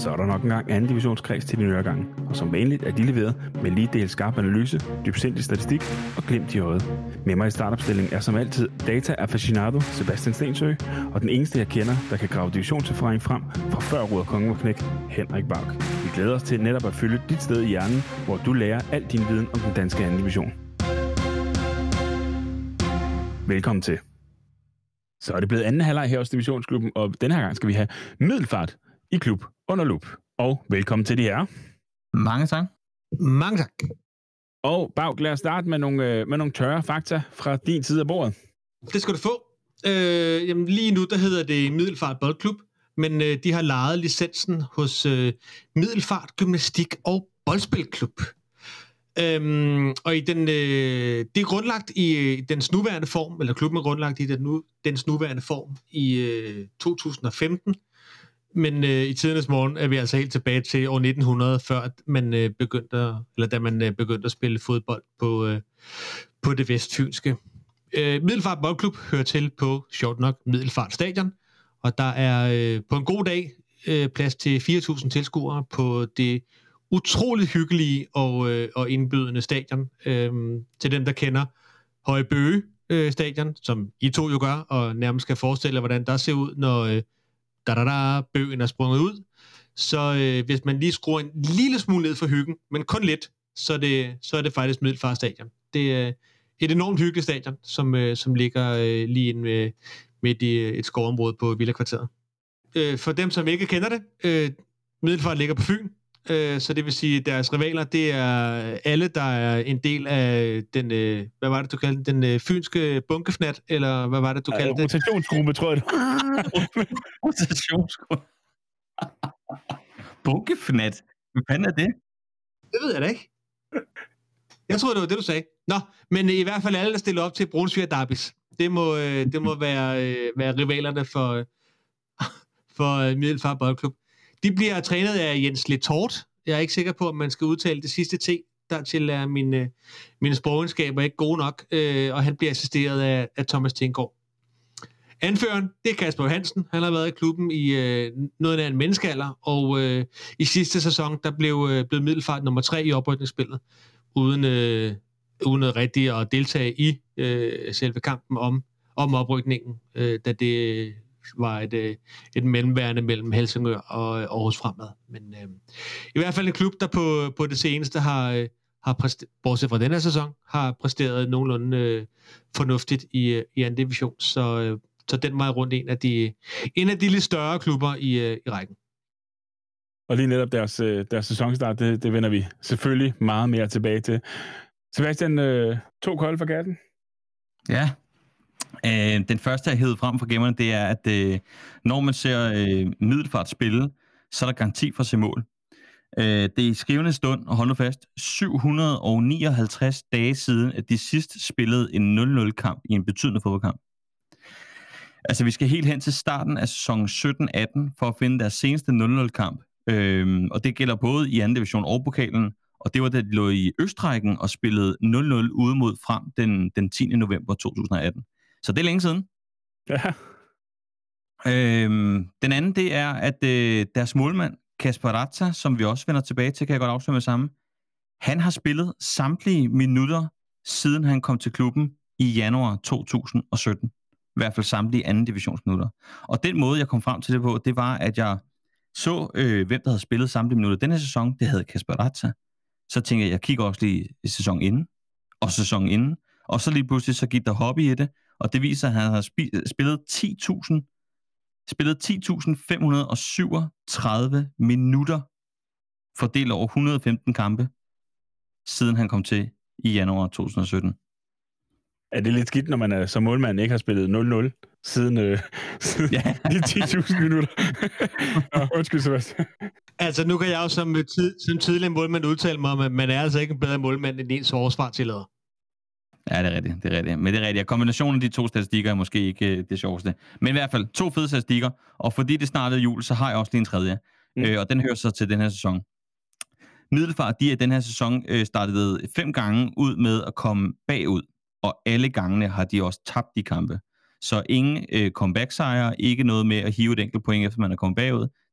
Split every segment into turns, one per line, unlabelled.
så er der nok engang anden divisionskreds til din øregang. Og som vanligt er de leveret med lige del skarp analyse, dybsindig statistik og glimt i øjet. Med mig i startopstillingen er som altid data aficionado Sebastian Stensø, og den eneste jeg kender, der kan grave divisionserfaring frem fra før Ruder Kongen var knæk, Henrik Bauk. Vi glæder os til netop at fylde dit sted i hjernen, hvor du lærer al din viden om den danske anden division. Velkommen til. Så er det blevet anden halvleg her hos Divisionsklubben, og denne her gang skal vi have Middelfart i klub under lup. Og velkommen til de her.
Mange tak.
Mange tak.
Og Bauk, lad os starte med nogle tørre fakta fra din side af bordet.
Det skal du få. Jamen lige nu, der hedder det Middelfart Boldklub, men de har lejet licensen hos Middelfart Gymnastik og Boldspilklub. Og i det er grundlagt i dens nuværende form, eller klubben er grundlagt i dens nuværende form i 2015, men i tidernes morgen er vi altså helt tilbage til år 1900, før man begyndte at spille fodbold på det vestfynske. Middelfart Boldklub hører til på, sjovt nok, Middelfart Stadion, og der er på en god dag plads til 4.000 tilskuere på det utroligt hyggelige og indbydende stadion. Til dem, der kender Høje Bøge stadion, som I to jo gør, og nærmest kan forestille hvordan der ser ud, når bøgen er sprunget ud. Så hvis man lige skruer en lille smule ned for hyggen, men kun lidt, så er det faktisk Middelfart Stadion. Det er et enormt hyggeligt stadion, som ligger lige inde midt i et skovområde på Villakvarteret. For dem, som ikke kender det, Middelfart ligger på Fyn, så det vil sige, at deres rivaler, det er alle, der er en del af den, hvad var det, du kaldte den fynske bunkefnat, eller hvad var det, du kaldte det?
Rotationsgruppe, tror jeg.
Rotationsgruppe. Bunkefnat? Hvad fanden er det?
Det ved jeg da ikke. Jeg tror, det var det, du sagde. Nå, men i hvert fald alle, der stiller op til Brunsviger Derbys. Det må være rivalerne for Middelfart Boldklub. De bliver trænet af Jens Letort. Jeg er ikke sikker på, om man skal udtale det sidste T. Dertil er mine sprogkundskaber ikke gode nok, og han bliver assisteret af Thomas Tinggaard. Anføreren, det er Kasper Hansen. Han har været i klubben i noget af en menneskealder, og i sidste sæson, der blev Middelfart nummer 3 i oprykningsspillet, uden rigtig at deltage i selve kampen om oprykningen, da det var et mellemværende mellem Helsingør og Aarhus Fremad. Men i hvert fald en klub, der på det seneste har bortset fra denne sæson, har præsteret nogenlunde fornuftigt i anden division. Så den var rundt en af de lidt større klubber i rækken.
Og lige netop deres sæsonstart, det vender vi selvfølgelig meget mere tilbage til. Sebastian, 2 kolde for katten? Ja.
Den første, jeg hævede frem for gemmerne, det er, at når man ser Middelfart spille, så er der garanti for at se mål. Det er i skrivende stund, og hold nu fast, 759 dage siden, at de sidst spillede en 0-0-kamp i en betydende fodboldkamp. Altså, vi skal helt hen til starten af sæson 17-18 for at finde deres seneste 0-0-kamp. Og det gælder både i anden division og pokalen, og det var da de lå i Østrækken og spillede 0-0 ude mod Frem den 10. november 2018. Så det er længe siden.
Ja.
Den anden, det er, at deres målmand, Kasper Ratta, som vi også vender tilbage til, kan jeg godt afsløre med sammen, han har spillet samtlige minutter, siden han kom til klubben i januar 2017. I hvert fald samtlige anden divisionsminutter. Og den måde, jeg kom frem til det på, det var, at jeg så, hvem der havde spillet samtlige minutter. Den her sæson, det havde Kasper Ratta. Så tænkte jeg kigger også lige i sæsonen inden, og sæsonen inden, og så lige pludselig, så gik der hobby i det, og det viser, at han har spillet 10.537 minutter, fordelt over 115 kampe, siden han kom til i januar 2017.
Er det lidt skidt, når man som målmand ikke har spillet 0-0 siden de 10.000 minutter? Undskyld, Sebastian.
Altså, nu kan jeg jo som tidligere målmand udtale mig om, at man er altså ikke en bedre målmand, end ens forsvarstillader.
Ja, det er rigtigt. Men det er rigtigt. Kombinationen af de 2 statistikker er måske ikke det sjoveste. Men i hvert fald 2 fede statistikker, og fordi det snart er jul, så har jeg også lige en tredje. Og den hører så til den her sæson. Middelfart, de i den her sæson startede 5 gange ud med at komme bagud, og alle gangene har de også tabt de kampe. Så ingen comeback-sejre, ikke noget med at hive et enkelt point, efter man er kommet bagud.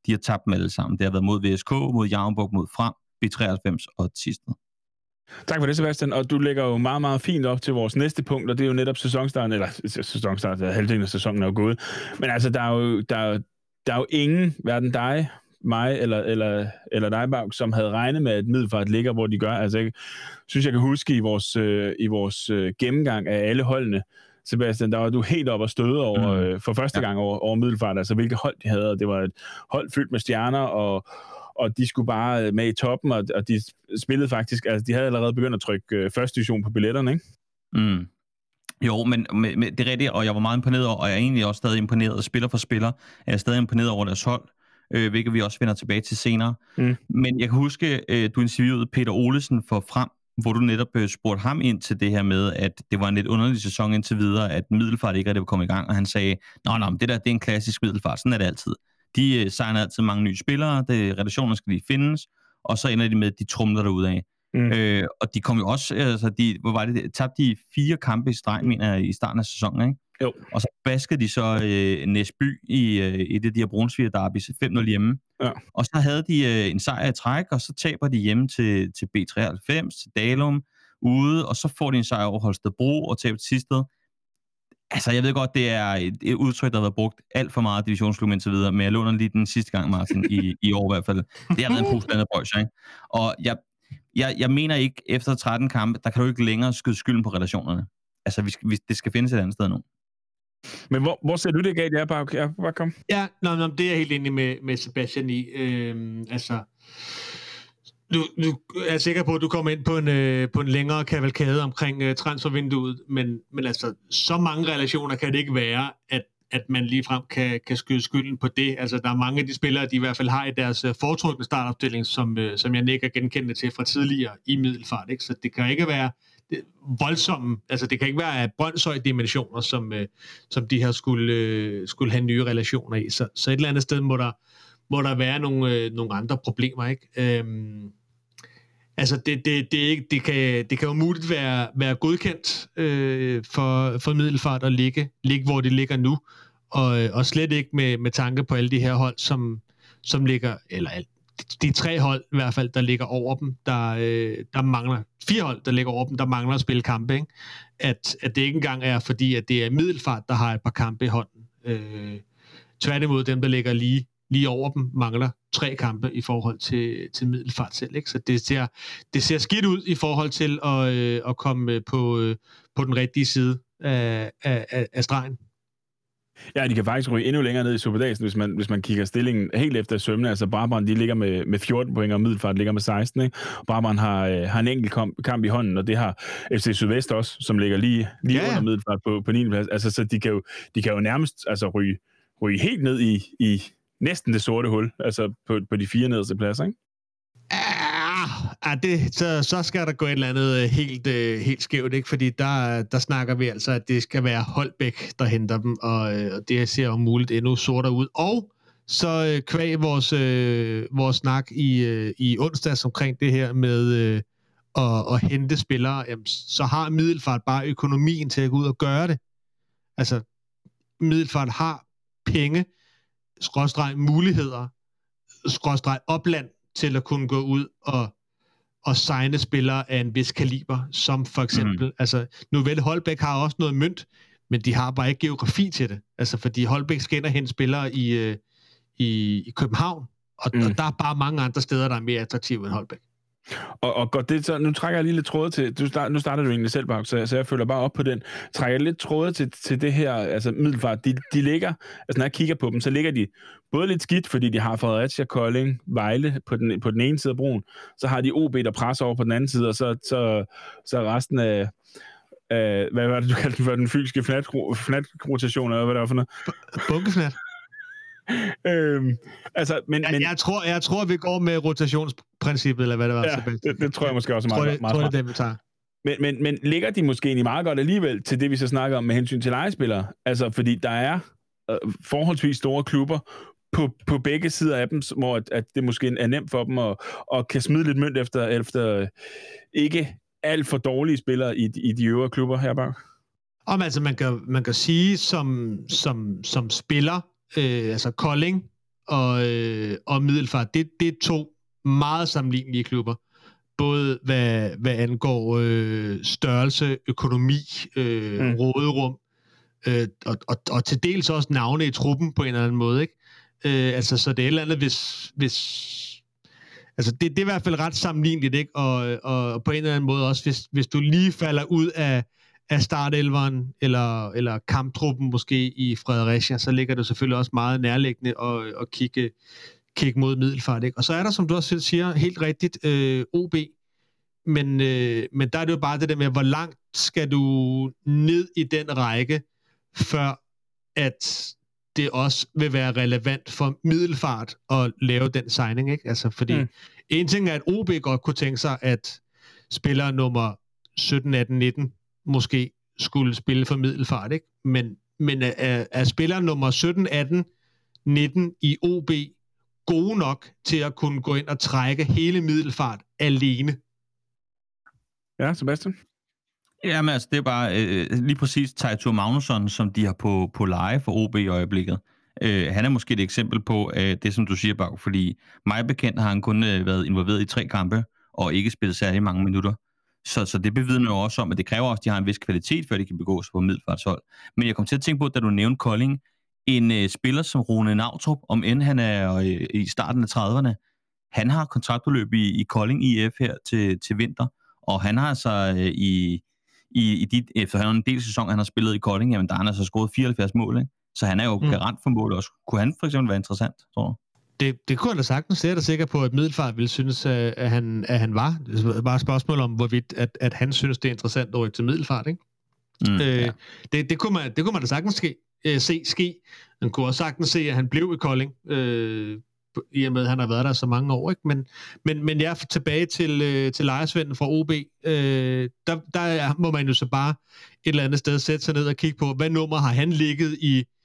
De har tabt dem alle sammen. Det har været mod VSK, mod Javnborg, mod Frem, B93 og Thisted.
Tak for det, Sebastian. Og du lægger jo meget, meget fint op til vores næste punkt, og det er jo netop sæsonstart, halvdelen af sæsonen er jo gået. Men altså, der er jo ingen, hverken dig, mig eller dig, Bag, som havde regnet med, at Middelfart ligger, hvor de gør. Altså, jeg synes, jeg kan huske i vores gennemgang af alle holdene, Sebastian, der var du helt op og støde over, for første gang over Middelfart, altså hvilke hold de havde, og det var et hold fyldt med stjerner, og de skulle bare med i toppen, og de spillede faktisk, altså de havde allerede begyndt at trykke første division på billetterne, ikke?
Mm. Jo, men det er rigtigt, og jeg var meget imponeret over, og jeg er egentlig også stadig imponeret, spiller for spiller, jeg er stadig imponeret over deres hold, hvilket vi også vender tilbage til senere. Men jeg kan huske, du interviewede Peter Olesen for Frem, hvor du netop spurgte ham ind til det her med, at det var en lidt underlig sæson indtil videre, at Middelfart ikke rigtig var kommet i gang, og han sagde, nå, det der, det er en klassisk Middelfart, sådan er det altid. De signer altid mange nye spillere, relationer skal de findes, og så ender de med, at de trumler derudad. Og de kom jo også, altså tabte de 4 kampe i streg, mener jeg, i starten af sæsonen, ikke? Jo. Og så baskede de så Næsby i det der Brunsviger derby 5-0 hjemme. Ja. Og så havde de en sejr i træk, og så taber de hjemme til B93, til Dalum ude, og så får de en sejr over Holstebro og taber til Thisted. Altså, jeg ved godt, det er et udtryk, der har været brugt alt for meget divisionsklub indtil videre, men jeg låner lige den sidste gang, Martin, i år i hvert fald. Det har været en positiv brøjs, ikke? Og jeg mener ikke, efter 13 kampe, der kan du ikke længere skyde skylden på relationerne. Altså, det skal findes et andet sted nu.
Men hvor ser du det galt? Jeg bare kom.
Ja, det er jeg helt enig med Sebastian i. Altså, du er sikker på, at du kommer ind på en længere kavalkade omkring transfervinduet, men altså, så mange relationer kan det ikke være, at man ligefrem kan skyde skylden på det. Altså, der er mange af de spillere, de i hvert fald har i deres foretrukne startopstilling, som jeg ikke er genkendende til fra tidligere i Middelfart, ikke? Så det kan ikke være voldsomme, altså det kan ikke være af Brøndshøj-dimensioner, som de her skulle have nye relationer i. Så et eller andet sted må der være nogle andre problemer, ikke? Altså det kan jo muligt være godkendt for Middelfart at ligge hvor de ligger nu, og slet ikke med tanke på alle de her hold, som ligger, eller de 3 hold i hvert fald, der ligger over dem, der mangler 4 hold, der ligger over dem, der mangler at spille kampe, ikke? At det ikke engang er fordi, at det er Middelfart, der har et par kampe i hånden. Tværtimod dem, der ligger lige over dem, mangler 3 kampe i forhold til Middelfart selv, ikke? Så det ser skidt ud i forhold til at komme på den rigtige side af stregen.
Ja, de kan faktisk ryge endnu længere ned i Superdagen, hvis man kigger stillingen helt efter sømne. Altså Brabrand, de ligger med 14 point, og Middelfart ligger med 16. Ikke? Brabrand har en enkelt kamp i hånden, og det har FC Sydvest også, som ligger lige under Middelfart på 9. plads. Altså, så de kan jo nærmest altså, ryge helt ned i næsten det sorte hul, altså på de 4 nederste pladser, ikke?
Så skal der gå et eller andet helt skævt, ikke? Fordi der snakker vi altså, at det skal være Holbæk, der henter dem, og det ser jo muligt endnu sortere ud. Og så kvæg vores snak i onsdags omkring det her med at hente spillere, jamen, så har Middelfart bare økonomien til at gå ud og gøre det. Altså, Middelfart har penge, muligheder, opland til at kunne gå ud og signe spillere af en vis kaliber, som for eksempel, altså nu vel Holbæk har også noget mønt, men de har bare ikke geografi til det. Altså fordi Holbæk skal ind og hente spillere i København, og der er bare mange andre steder, der er mere attraktive end Holbæk.
Og godt det, så nu trækker jeg lige lidt tråde til, nu starter du egentlig selv, Bag, så jeg følger bare op på den. Trækker lidt tråde til det her, altså Middelfart, de ligger, altså når jeg kigger på dem, så ligger de både lidt skidt, fordi de har Fredericia, Kolding, Vejle på den ene side af broen, så har de OB, der presser over på den anden side, og så resten af hvad var det, du kaldte den for, den fysiske fnat-rotation, eller hvad det var for noget?
Bunkefnat.
Altså, men
jeg tror, vi går med rotationsprincippet, eller hvad det var.
Ja, det tror jeg måske også meget.
Jeg tror, det er det, vi tager.
Men ligger de måske egentlig meget godt alligevel til det, vi så snakker om med hensyn til lejespillere? Altså, fordi der er forholdsvis store klubber på begge sider af dem, hvor at det måske er nemt for dem at kan smide lidt mønt efter ikke alt for dårlige spillere i de øvre klubber her bag.
Altså, man kan sige, som spiller, altså Kolding og Middelfart, det er to meget sammenlignelige klubber. Både hvad angår størrelse, økonomi, råderum, og til dels også navne i truppen på en eller anden måde, ikke? Altså, så det er et eller andet, hvis altså, det er i hvert fald ret sammenligneligt, ikke? Og på en eller anden måde også, hvis du lige falder ud af startelveren eller kamptruppen måske i Fredericia, så ligger det selvfølgelig også meget nærliggende at kigge mod Middelfart, ikke? Og så er der, som du også selv siger, helt rigtigt, OB, men der er det jo bare det der med, hvor langt skal du ned i den række, før at det også vil være relevant for Middelfart at lave den signing, ikke? Altså, fordi en ting er, at OB godt kunne tænke sig, at spiller nummer 17, 18, 19 måske skulle spille for Middelfart, ikke? Men er spiller nummer 17, 18, 19 i OB gode nok til at kunne gå ind og trække hele Middelfart alene?
Ja, Sebastian?
Jamen altså, det er bare lige præcis Taito Magnusson, som de har på leje for OB i øjeblikket. Han er måske et eksempel på det, som du siger, Bag, fordi mig bekendt har han kun været involveret i 3 kampe, og ikke spillet særlig mange minutter. Så det bevidner jo også om, at det kræver også, at de har en vis kvalitet, før de kan begå sig på Middelfartshold. Men jeg kom til at tænke på, da du nævnte Kolding, en spiller som Rune Nautrup, om end han er i starten af 30'erne, han har kontraktudløb i Kolding IF her til vinter, og han har altså efter han har en del sæson, han har spillet i Kolding, jamen der har han altså scoret 74 mål, ikke? Så han er jo garant for mål også. Kunne han for eksempel være interessant, tror du?
Det kunne jeg da sagtens. Det er da sikker på, at Middelfart ville synes, at han var. Det er bare et spørgsmål om, hvorvidt at han synes, det er interessant at rykke til Middelfart, ikke? Ja. Det kunne man da sagtens se ske. Man kunne også sagtens se, at han blev i Kolding, i og med, at han har været der så mange år, ikke? Men jeg er tilbage til lejersvenden fra OB. Der må man jo så bare et eller andet sted sætte sig ned og kigge på, hvad nummer har han ligget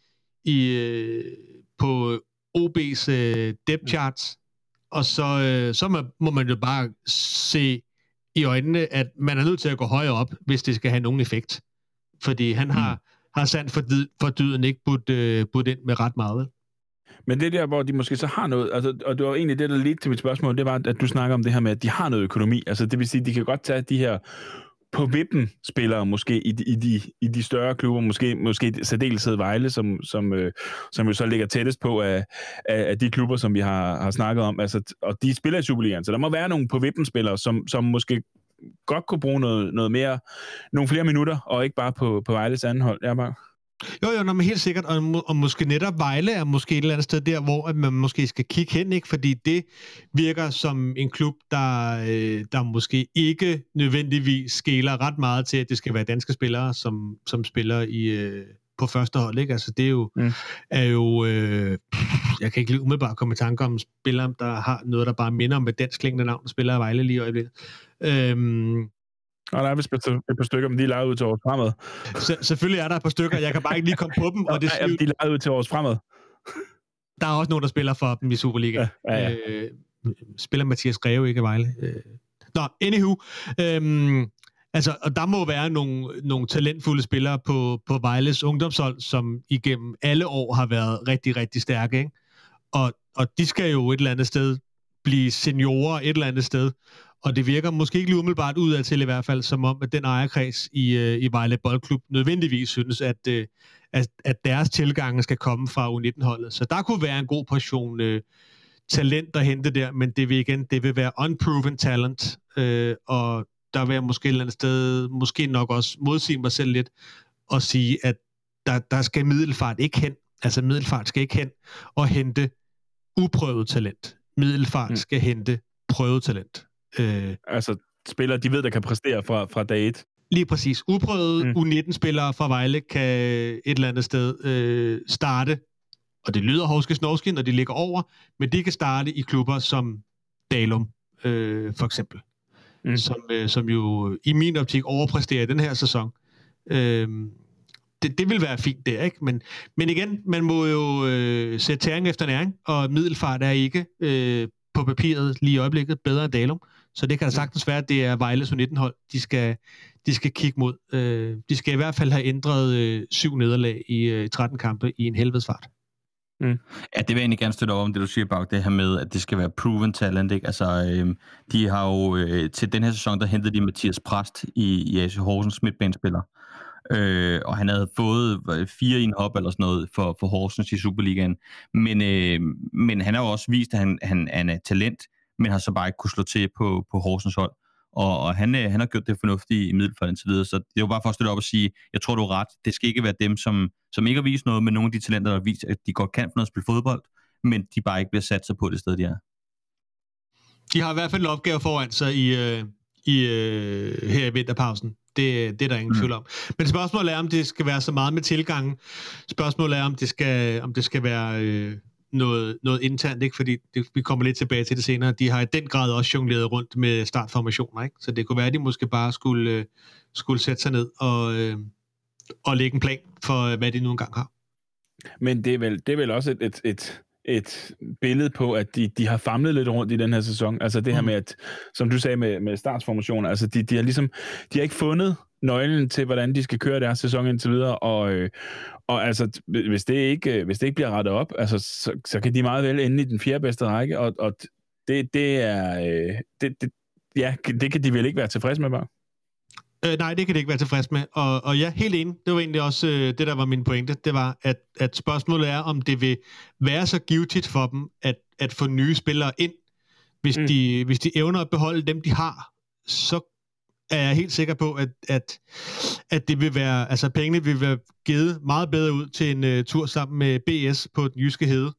på OB's depth charts, og så må man jo bare se i øjnene, at man er nødt til at gå højere op, hvis det skal have nogen effekt. Fordi han har sandt for dyden ikke budt ind med ret meget.
Men det der, hvor de måske så har noget, altså, og det var egentlig det, der ledte til mit spørgsmål, det var, at du snakker om det her med, at de har noget økonomi. Altså det vil sige, at de kan godt tage de her på vippen spillere måske i de større klubber, måske særdeleshed Vejle, som jo så ligger tættest på af de klubber, som vi har snakket om. Altså, og de spiller i Superligaen, så der må være nogle på vippen spillere, som måske godt kunne bruge noget mere, nogle flere minutter, og ikke bare på Vejles anden hold. Ja, bare.
Jo, men helt sikkert, og måske netop Vejle er måske et eller andet sted der, hvor man måske skal kigge hen, ikke? Fordi det virker som en klub, der måske ikke nødvendigvis skeler ret meget til, at det skal være danske spillere, som spiller på første hold, ikke? Altså det er jo, jeg kan ikke lige umiddelbart komme i tanke om spillere, der har noget, der bare minder om et dansk klingende navn, der spiller i Vejle lige i øjeblikket.
Og der er vist et par stykker, men de er lejet ud til års fremad.
Selvfølgelig er der et par stykker, jeg kan bare ikke lige komme på dem. Og det
de er lejet ud til års fremad.
Der er også nogen, der spiller for dem i Superliga. Ja. Spiller Mathias Greve, ikke Vejle. Nå, anywho. Altså, og der må være nogle talentfulde spillere på Vejles ungdomshold, som igennem alle år har været rigtig, rigtig stærke, ikke? Og de skal jo et eller andet sted blive seniorer et eller andet sted. Og det virker måske ikke lige umiddelbart udad til i hvert fald, som om, at den ejerkreds i Vejle Boldklub nødvendigvis synes, at deres tilgange skal komme fra U19-holdet. Så der kunne være en god portion talent at hente der, men det vil være unproven talent, og der vil jeg måske et eller andet sted, måske nok også modsige mig selv lidt, og sige, at der skal Middelfart ikke hen. Altså Middelfart skal ikke hen og hente uprøvet talent. Middelfart skal hente prøvet talent.
Altså spillere, de ved, der kan præstere fra dag 1.
Lige præcis. Uprøvede U19-spillere fra Vejle kan et eller andet sted starte, og det lyder hovske-snovske, når de ligger over, men de kan starte i klubber som Dalum, for eksempel. Som jo i min optik overpræsterer i den her sæson. Det vil være fint der, ikke? Men igen, man må jo sætte tæring efter næring, og Middelfart er ikke på papiret lige i øjeblikket bedre end Dalum. Så det kan da sagtens være, at det er Vejles U19-hold, de skal kigge mod. De skal i hvert fald have ændret 7 nederlag i 13 kampe i en helvedesfart.
Ja, det vil jeg egentlig gerne støtte over om det, du siger, Bag, det her med, at det skal være proven talent, ikke? Altså, de har jo til den her sæson, der hentede de Mathias Præst i AC Horsens midtbanespiller. Og han havde fået 4 i en hop eller sådan noget for Horsens i Superligaen. Men han har jo også vist, at han er et talent, men har så bare ikke kunne slå til på Horsens hold. Og han har gjort det fornuftigt i Middelfart indtil videre, så det er jo bare for at støtte op og sige, jeg tror, du er ret. Det skal ikke være dem, som ikke har vist noget, men nogle af de talenter, der har vist, at de godt kan for noget at spille fodbold, men de bare ikke bliver sat sig på det sted, de er.
De har i hvert fald en opgave foran sig her i vinterpausen. Det er der ingen tvivl om. Men spørgsmålet er, om det skal være så meget med tilgangen. Spørgsmålet er, om det skal være noget internt, ikke? Fordi vi kommer lidt tilbage til det senere. De har i den grad også jongleret rundt med startformationer, ikke? Så det kunne være, at de måske bare skulle sætte sig ned og lægge en plan for, hvad de nu engang har.
Men det er vel også et billede på, at de har famlet lidt rundt i den her sæson. Altså det her med, at, som du sagde med startsformationer, altså de har ikke fundet nøglen til, hvordan de skal køre deres sæson indtil videre, og altså, hvis det ikke bliver rettet op, altså, så kan de meget vel ende i den 4. bedste række, og det kan de vel ikke være tilfredse med, bare?
Nej, det kan det ikke være tilfreds med. Og ja, helt enig. Det var egentlig også det, der var min pointe. Det var, at spørgsmålet er, om det vil være så givetigt for dem, at få nye spillere ind. Hvis de evner at beholde dem, de har, så er jeg helt sikker på, at det vil være, altså pengene vil være givet meget bedre ud til en tur sammen med BS på den jyske hede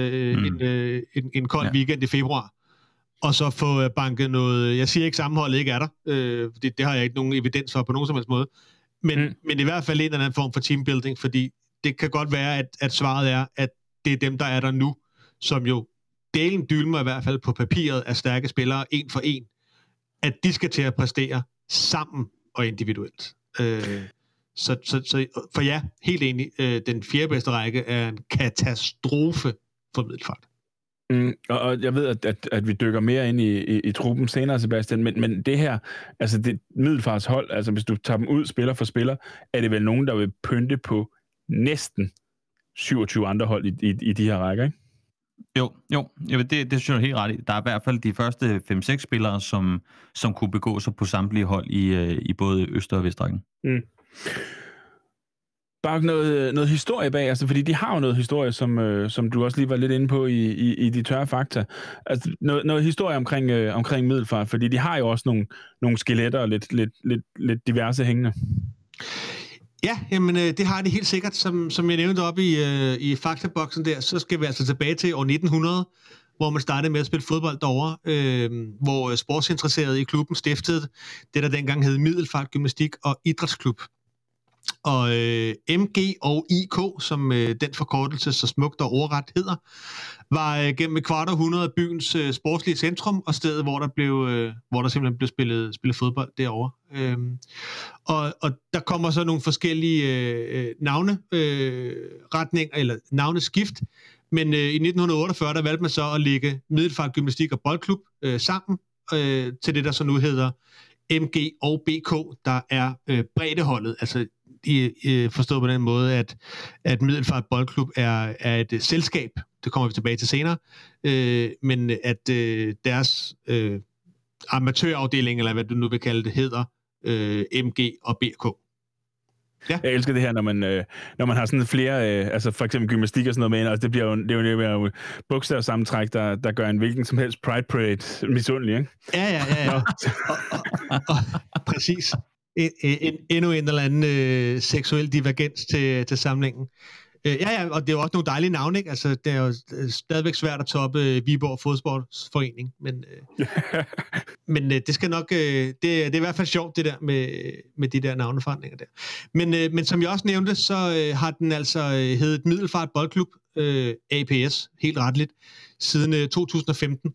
en kold weekend i februar. Og så få banket noget, jeg siger ikke sammenholdet ikke er der, det har jeg ikke nogen evidens for på nogen som helst måde, men i hvert fald en eller anden form for teambuilding, fordi det kan godt være, at svaret er, at det er dem, der er der nu, som jo delen dylmer i hvert fald på papiret af stærke spillere, en for en, at de skal til at præstere sammen og individuelt. Så for ja, helt enig, den 4. bedste række er en katastrofe for Middelfart.
Og jeg ved, at vi dykker mere ind i truppen senere, Sebastian, men det her, altså det Middelfarts hold, altså hvis du tager dem ud spiller for spiller, er det vel nogen, der vil pynte på næsten 27 andre hold i de her rækker, ikke? Jo,
det synes jeg er helt ret i. Der er i hvert fald de første 5-6 spillere, som kunne begå sig på samtlige hold i både Øst- og Vestrækken.
Bare noget historie bag, altså, fordi de har jo noget historie, som du også lige var lidt inde på i de tørre fakta. Altså, noget historie omkring Middelfart, fordi de har jo også nogle skeletter og lidt diverse hængende.
Ja, jamen det har de helt sikkert. Som jeg nævnte op i faktaboksen der, så skal vi altså tilbage til år 1900, hvor man startede med at spille fodbold derovre, hvor sportsinteresserede i klubben stiftede det, der dengang hed Middelfart Gymnastik og Idrætsklub. Og MG og IK, som den forkortelse så smukt og ordret hedder, var gennem et kvart århundrede byens sportslige centrum, og stedet, hvor der simpelthen blev spillet fodbold derovre. Og der kommer så nogle forskellige navneretninger, eller navneskift, men i 1948, der valgte man så at lægge Middelfart Gymnastik og Boldklub sammen til det, der så nu hedder MG og BK, der er breddeholdet, altså forstået på den måde, at Middelfart Boldklub er et selskab, det kommer vi tilbage til senere, men at deres amatørafdeling, eller hvad du nu vil kalde det, hedder MG og BK. Ja.
Jeg elsker det her, når man har sådan flere, altså for eksempel gymnastik og sådan noget med, altså det bliver jo bogstavsammentræk, der gør en hvilken som helst Pride Parade misundelig, ikke?
Ja. og præcis. Endnu en eller anden seksuel divergens til samlingen. Ja, og det er jo også nogle dejlige navne, ikke? Altså, det er jo stadigvæk svært at toppe Viborg Fodboldforening, men det skal nok, det er i hvert fald sjovt, det der med de der navneforandringer der. Men som jeg også nævnte, så har den altså heddet Middelfart Boldklub, APS, helt retligt, siden 2015,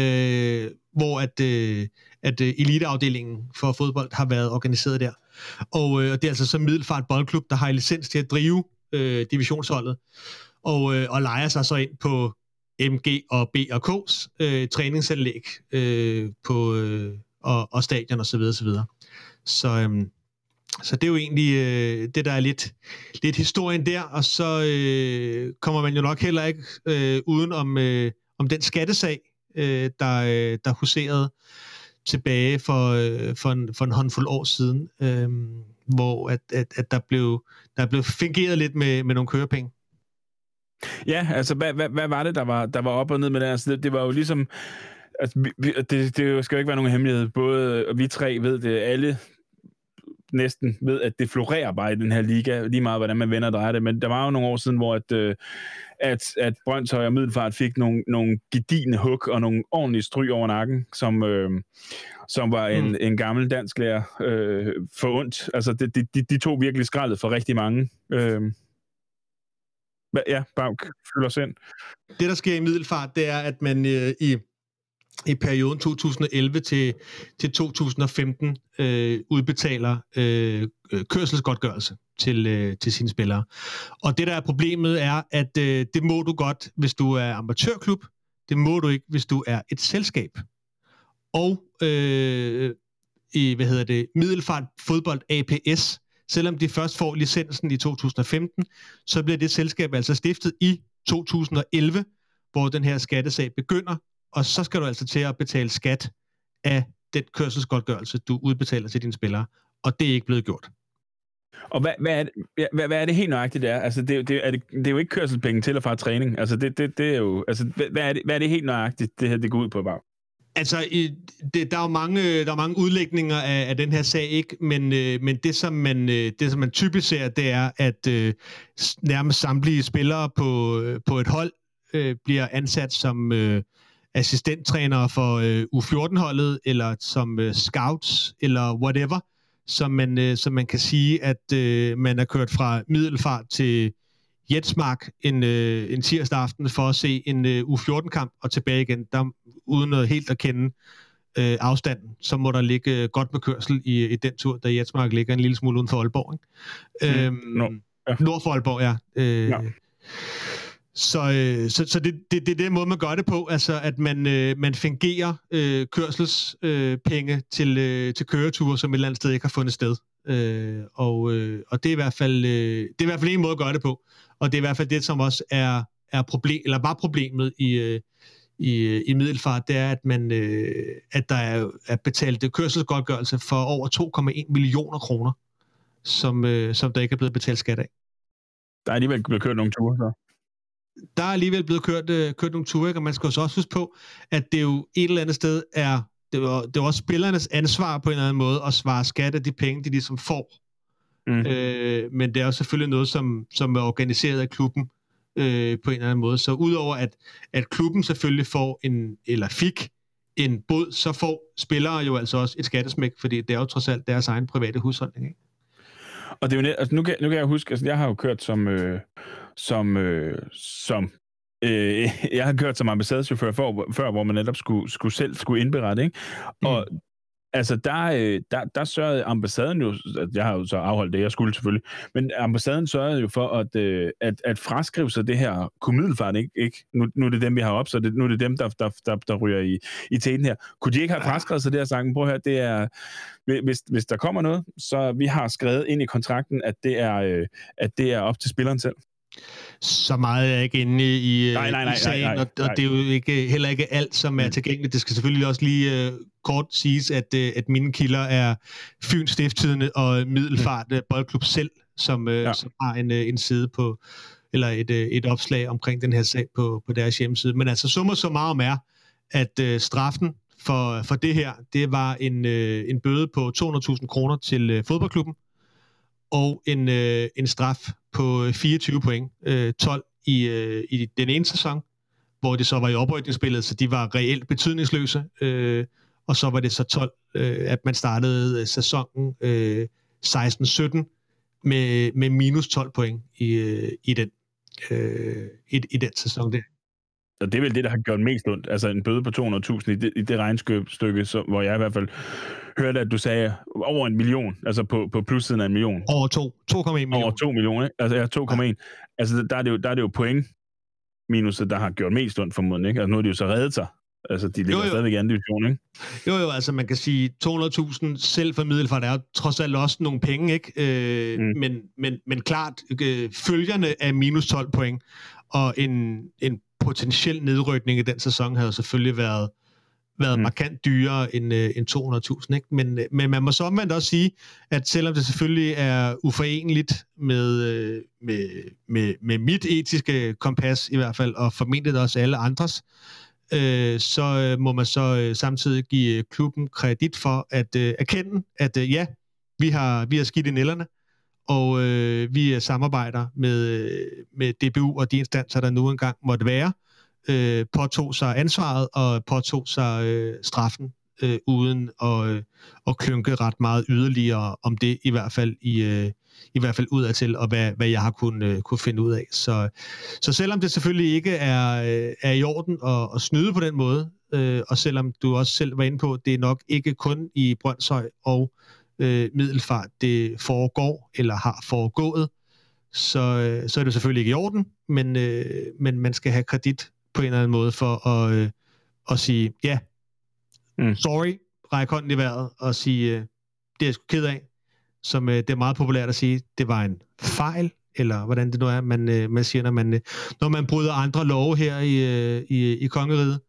hvor at eliteafdelingen for fodbold har været organiseret der. Og det er altså så Middelfart Boldklub, der har licens til at drive divisionsholdet, og lejer sig så ind på MG og B&K's træningsanlæg og stadion og så videre, så videre. Så Så det er jo egentlig det, der er lidt historien der, og så kommer man jo nok heller ikke uden om den skattesag, der huserede tilbage for en håndfuld år siden, hvor at der blev fingeret lidt med nogle kørepenge.
Ja, altså hvad var det, der var op og ned med det? Altså, det var jo ligesom... Altså, det skal jo ikke være nogen hemmelighed. Både vi tre ved det, alle næsten ved, at det florerer bare i den her liga, lige meget hvordan man vender og drejer det. Men der var jo nogle år siden, hvor at Brønshøj og Middelfart fik nogle gedigne hug og nogle ordentlige stryg over nakken, som var en gammel dansklærer forundt. Altså, de tog virkelig skraldet for rigtig mange. Ja, bare fylder os ind.
Det, der sker i Middelfart, det er, at man i perioden 2011 til 2015 udbetaler kørselsgodtgørelse til sine spillere. Og det, der er problemet, er, at det må du godt, hvis du er amatørklub. Det må du ikke, hvis du er et selskab. Og Middelfart Fodbold ApS, selvom de først får licensen i 2015, så bliver det selskab altså stiftet i 2011, hvor den her skattesag begynder, og så skal du altså til at betale skat af den kørselsgodtgørelse, du udbetaler til dine spillere, og det er ikke blevet gjort.
Og hvad er det helt nøjagtigt der? Altså det er jo ikke kørselspenge til og fra træning. Altså det er jo, altså hvad er det helt nøjagtigt det her det går ud på bare?
Altså der er jo mange udlægninger af den her sag, ikke, men det som man typisk ser, det er at nærmest samtlige spillere på et hold bliver ansat som assistenttrænere for U14-holdet eller som scouts eller whatever, som man kan sige, at man er kørt fra Middelfart til Jetsmark en tirsdag aften for at se en U14-kamp og tilbage igen, der uden at helt at kende afstanden, så må der ligge godt med kørsel i den tur, da Jetsmark ligger en lille smule uden for Aalborg. Ikke? Nord for Aalborg, ja. Ja. Så det er den måde, man gør det på, altså at man fungerer kørselspenge til køreture, som et eller andet sted ikke har fundet sted. Og det er i hvert fald en måde at gøre det på, og det er i hvert fald det, som også var problemet i Middelfart, det er, at der er betalt kørselsgodtgørelse for over 2,1 millioner kroner, som der ikke er blevet betalt skat af.
Der er alligevel blevet kørt nogle ture, så.
Der er alligevel blevet kørt nogle ture, og man skal også huske på, at det jo et eller andet sted det er også spillernes ansvar på en eller anden måde at svare skat af de penge, de ligesom får. Men det er jo selvfølgelig noget, som er organiseret af klubben på en eller anden måde. Så udover at klubben selvfølgelig fik en bod, så får spillere jo altså også et skattesmæk, fordi det er jo trods alt deres egen private husholdning, ikke?
Og det er jo altså nu kan jeg huske, altså jeg har jo kørt som jeg har kørt som ambassadechauffør før, hvor man netop skulle indberette, ikke? Og altså der sørgede ambassaden jo, jeg har jo så afholdt det, jeg skulle selvfølgelig, men ambassaden sørgede jo for at fraskrive sig det her Middelfart, ikke? Nu er det dem, vi har op, så nu er det dem, der ryger i teten her. Kunne de ikke have fraskrevet sig det her sagen? Prøv at høre, det er, hvis der kommer noget, så vi har skrevet ind i kontrakten, at det er op til spilleren selv.
Så meget er jeg ikke inde i sagen,
nej.
Og det er jo heller ikke alt, som er tilgængeligt. Det skal selvfølgelig også lige kort siges, at mine kilder er Fyns Stiftstidende og Middelfart Boldklub selv, som har en side på, eller et opslag omkring den her sag på deres hjemmeside. Men altså summa summarum er, at straffen for det her, det var en bøde på 200.000 kroner til fodboldklubben, og en straf på 24 point, 12 i den ene sæson, hvor det så var i oprykningsspillet, så de var reelt betydningsløse, og så var det så 12, at man startede sæsonen 16-17 med minus 12 point i den sæson der.
Og det er vel det, der har gjort mest ondt. Altså en bøde på 200.000 i det regnstykke, hvor jeg i hvert fald hørte, at du sagde over 1 million, altså på plussiden af 1 million.
Over 2,1 millioner.
Over 2 millioner, ikke? Altså 2,1. Ja. Altså der er det jo point minuset, der har gjort mest ondt formodentlig, ikke? Altså nu er det jo så reddet sig Altså, de ligger stadigvæk i anden division, ikke?
Jo, altså man kan sige, 200.000 selv for Middelfart er jo trods alt også nogle penge, ikke? Men klart, følgerne af minus 12 point, og en potentiel nedrykning i den sæson havde selvfølgelig været markant dyrere end 200.000, ikke? Men man må så omvendt også sige, at selvom det selvfølgelig er uforeneligt med mit etiske kompas i hvert fald, og formentlig også alle andres, så må man så samtidig give klubben kredit for at erkende, at ja, vi har skidt i nælderne, og vi samarbejder med DBU og de instanser, der nu engang måtte være, påtog sig ansvaret og påtog sig straffen uden at klynke ret meget yderligere om det, i hvert fald udadtil, og hvad jeg har kunne finde ud af. Så selvom det selvfølgelig ikke er i orden at snyde på den måde, og selvom du også selv var inde på, det er nok ikke kun i Brønshøj og Middelfart, det foregår eller har foregået, så er det selvfølgelig ikke i orden, men man skal have kredit på en eller anden måde for at sige, ja, sorry, række hånden i vejret og sige, det er jeg sgu ked af, som det er meget populært at sige, det var en fejl, eller hvordan det nu er, man siger, når man bryder andre love her i kongeriget,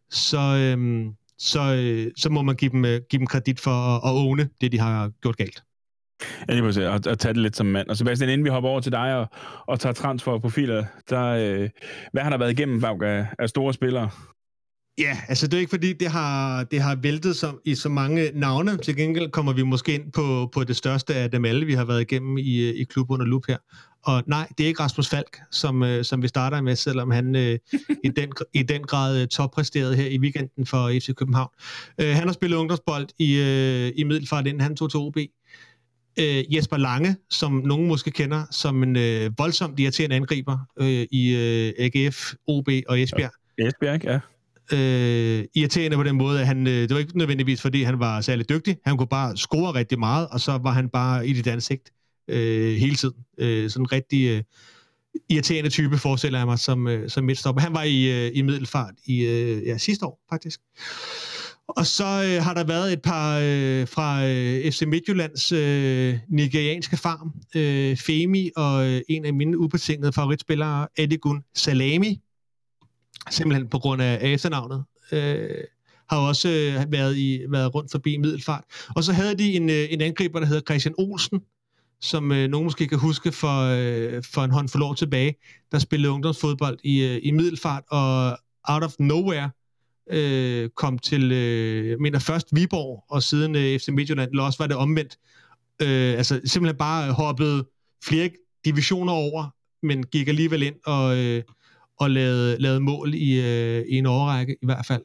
så må man give dem kredit for at åbne det, de har gjort galt.
Ja, lige præcis, at tage det lidt som mand. Og Sebastian, inden vi hopper over til dig og tager transferprofiler, hvad har der været igennem, Baug, af store spillere?
Ja, altså det er ikke fordi, det har væltet i så mange navne. Til gengæld kommer vi måske ind på det største af dem alle, vi har været igennem i Klub under lup her. Og nej, det er ikke Rasmus Falk, som vi starter med, selvom han i den grad toppræsterede her i weekenden for FC København. Han har spillet ungdomsbold i Middelfart, inden han tog til OB. Jesper Lange, som nogen måske kender som en voldsomt irriterende angriber i AGF, OB og Esbjerg.
Ja, Esbjerg, ja.
Irriterende på den måde, at det var ikke nødvendigvis, fordi han var særlig dygtig. Han kunne bare score rigtig meget, og så var han bare i dit ansigt hele tiden. Sådan en rigtig irriterende type, forestiller jeg mig, som midtstopper. Han var i Middelfart sidste år, faktisk. Og så har der været et par fra FC Midtjyllands nigerianske farm, Femi, og en af mine ubetingede favoritspillere, Edigun Salami, simpelthen på grund af ASA-navnet, har også været rundt forbi Middelfart. Og så havde de en angriber, der hedder Christian Olsen, som nogen måske kan huske for en håndfuld år tilbage, der spillede ungdomsfodbold i Middelfart, og out of nowhere kom til, jeg mener først Viborg, og siden FC Midtjylland, eller også var det omvendt. Altså simpelthen bare hoppede flere divisioner over, men gik alligevel ind og lavede mål i en årrække i hvert fald.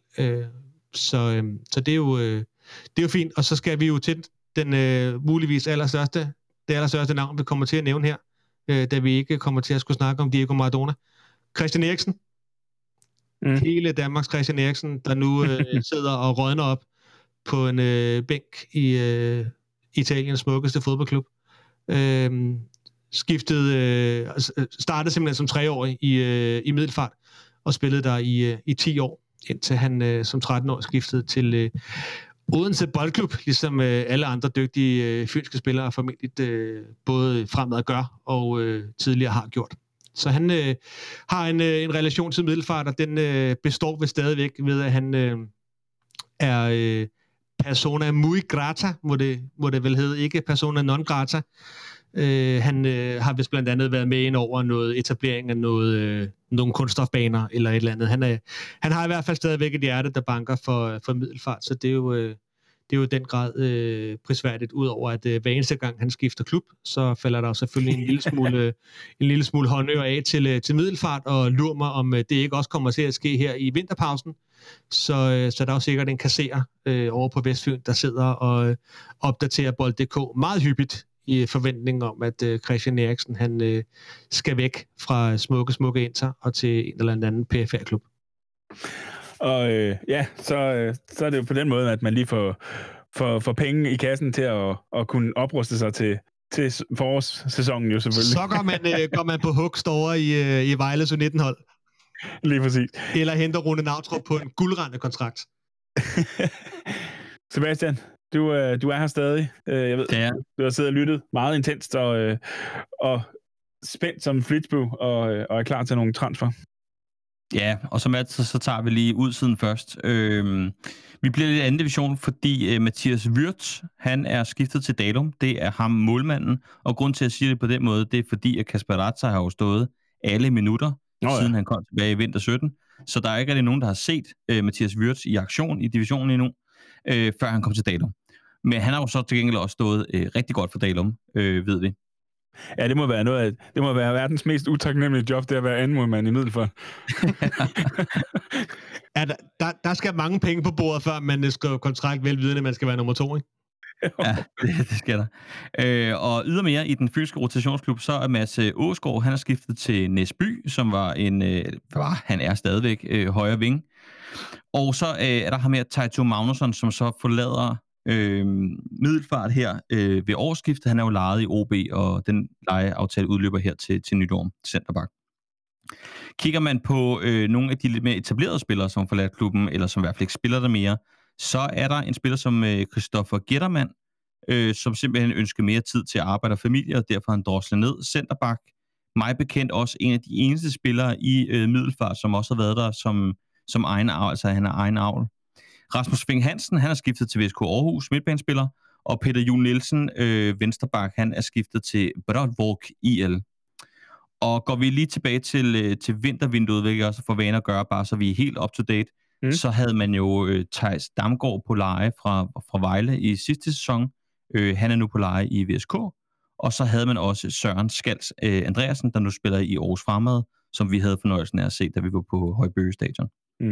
Så det er jo fint, og så skal vi jo til den muligvis det allerstørste navn, vi kommer til at nævne her, da vi ikke kommer til at skulle snakke om Diego Maradona. Christian Eriksen. Hele Danmarks Christian Eriksen, der nu sidder og rådner op på en bænk i Italiens smukkeste fodboldklub. Startede simpelthen som 3-årig i Middelfart, og spillede der i 10 år, indtil han som 13-årig skiftede til Odense Boldklub, ligesom alle andre dygtige fynske spillere formentlig både fremad gør og tidligere har gjort. Så han har en relation til Middelfart, og den består ved stadigvæk ved, at han er persona muy grata, må det vel hedde, ikke persona non grata. Han har vist blandt andet været med ind over noget etablering af nogle kunststofbaner eller et eller andet. Han har i hvert fald stadigvæk et hjerte, der banker for Middelfart, så det er jo i den grad prisværdigt, udover at hver eneste gang han skifter klub, så falder der jo selvfølgelig en lille smule håndør af til Middelfart, og lurer mig, om det ikke også kommer til at ske her i vinterpausen. Så der er jo sikkert en kasserer over på Vestfyn, der sidder og opdaterer bold.dk meget hyppigt i forventning om, at Christian Eriksen han skal væk fra smukke Inter og til en eller anden PFR-klub.
Og så er det jo på den måde, at man lige får penge i kassen til at kunne opruste sig til forårssæsonen jo selvfølgelig.
Så går man på hugst over i Vejles U19-hold.
Lige præcis.
Eller henter Rune Nautrup på en guldrendet kontrakt.
Sebastian, du er her stadig. Jeg ved, du har siddet og lyttet meget intenst og spændt som Flitsbu og er klar til nogle transfer.
Ja, og som altid, så tager vi lige udsiden først. Vi bliver lidt anden division, fordi Mathias Wirtz, han er skiftet til Dalum. Det er ham målmanden, og grund til at sige det på den måde, det er fordi, at Kasper Ratzer har jo stået alle minutter, siden han kom tilbage i vinter 17. Så der er ikke rigtig nogen, der har set Mathias Wirtz i aktion i divisionen endnu, før han kom til Dalum. Men han har jo så til gengæld også stået rigtig godt for Dalum, ved vi.
Ja, det må være verdens mest utaknemmelige job, det at være andenmålmand i Middelfart.
Ja, der skal mange penge på bordet, før man skriver kontrakt velvidende, at man skal være nummer 2, ikke?
Ja, det skal der. Og ydermere i den fynske rotationsklub, så er Mads Åsgaard, han er skiftet til Næsby, som var han er stadigvæk højre ving. Og så er der ham her, Taito Magnusson, som så forlader Middelfart her ved årsskiftet. Han er jo lejet i OB, og den lejeaftale udløber her til nytår, centerback. Kigger man på nogle af de lidt mere etablerede spillere, som forladt klubben, eller som i hvert fald ikke spiller der mere, så er der en spiller som Christoffer Gettermann, som simpelthen ønsker mere tid til at arbejde og familie, og derfor han drosler ned. Centerback, mig bekendt også en af de eneste spillere i Middelfart, som også har været der som egen avl, altså han er egen avl. Rasmus Fink Hansen, han er skiftet til VSK Aarhus, midtbanespiller, og Peter Juhl Nielsen, venstreback, han er skiftet til Brodvåg IL. Og går vi lige tilbage til vintervinduet, hvilket jeg også får vane at gøre, bare så vi er helt up to date, så havde man jo Theis Damgaard på leje fra Vejle i sidste sæson. Han er nu på leje i VSK. Og så havde man også Søren Skals Andreasen, der nu spiller i Aarhus Fremad, som vi havde fornøjelsen af at se, da vi var på Højbøge Stadion.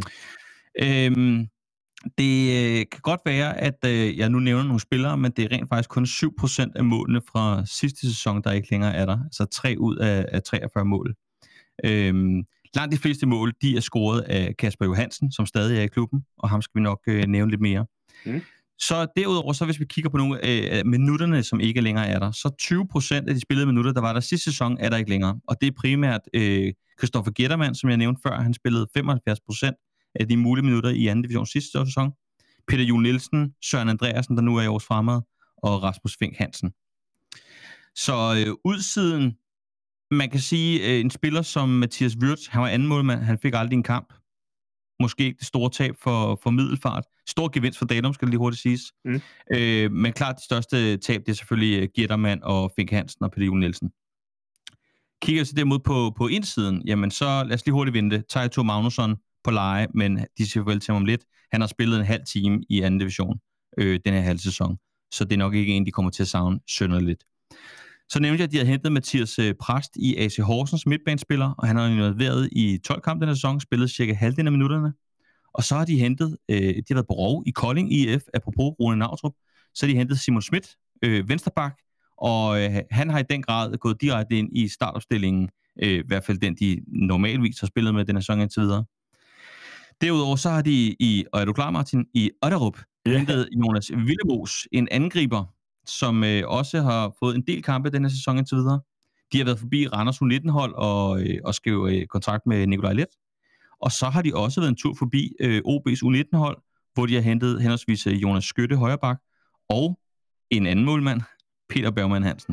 Det kan godt være, at jeg nu nævner nogle spillere, men det er rent faktisk kun 7% af målene fra sidste sæson, der ikke længere er der. Altså 3 ud af 43 mål. Langt de fleste mål, de er scoret af Kasper Johansen, som stadig er i klubben, og ham skal vi nok nævne lidt mere. Så derudover, så hvis vi kigger på nogle af minutterne, som ikke længere er der, så 20% af de spillede minutter, der var der sidste sæson, er der ikke længere. Og det er primært Christoffer Gettermann, som jeg nævnte før, han spillede 75% af de mulige minutter i anden division sidste sæson. Peter Juhl Nielsen, Søren Andreasen, der nu er i Aarhus Fremad, og Rasmus Fink Hansen. Så udsiden, man kan sige, en spiller som Mathias Wirtz, han var anden målmand, han fik aldrig en kamp. Måske ikke det store tab for Middelfart. Stor gevinst for Dalum, skal det lige hurtigt siges. Men klart det største tab, det er selvfølgelig Gettermann og Fink Hansen og Peter Juhl Nielsen. Kigger vi så derimod på indsiden, jamen så lad os lige hurtigt vente. Taito Magnusson på leje, men de siger vel til ham om lidt. Han har spillet en halv time i anden division den her halv sæson, så det er nok ikke en, de kommer til at savne synderligt. Så nævnte jeg, at de havde hentet Mathias Præst i AC Horsens midtbanespiller, og han har involveret i 12 kampe den her sæson, spillet cirka halvdelen af minutterne. Og så har de hentet, de har været på Rov i Kolding IF, apropos Rune Nautrup, så har de hentet Simon Schmidt, venstreback, og han har i den grad gået direkte ind i startopstillingen, i hvert fald den, de normalvis har spillet med den her sæson indtil videre. Derudover så har de og er du klar, Martin, i Otterup hentet Jonas Villemos, en angriber, som også har fået en del kampe den her sæson indtil videre. De har været forbi Randers U19-hold og skrev kontrakt med Nikolaj Let. Og så har de også været en tur forbi OB's U19-hold, hvor de har hentet henholdsvis Jonas Skytte, højreback, og en anden målmand, Peter Bergman Hansen.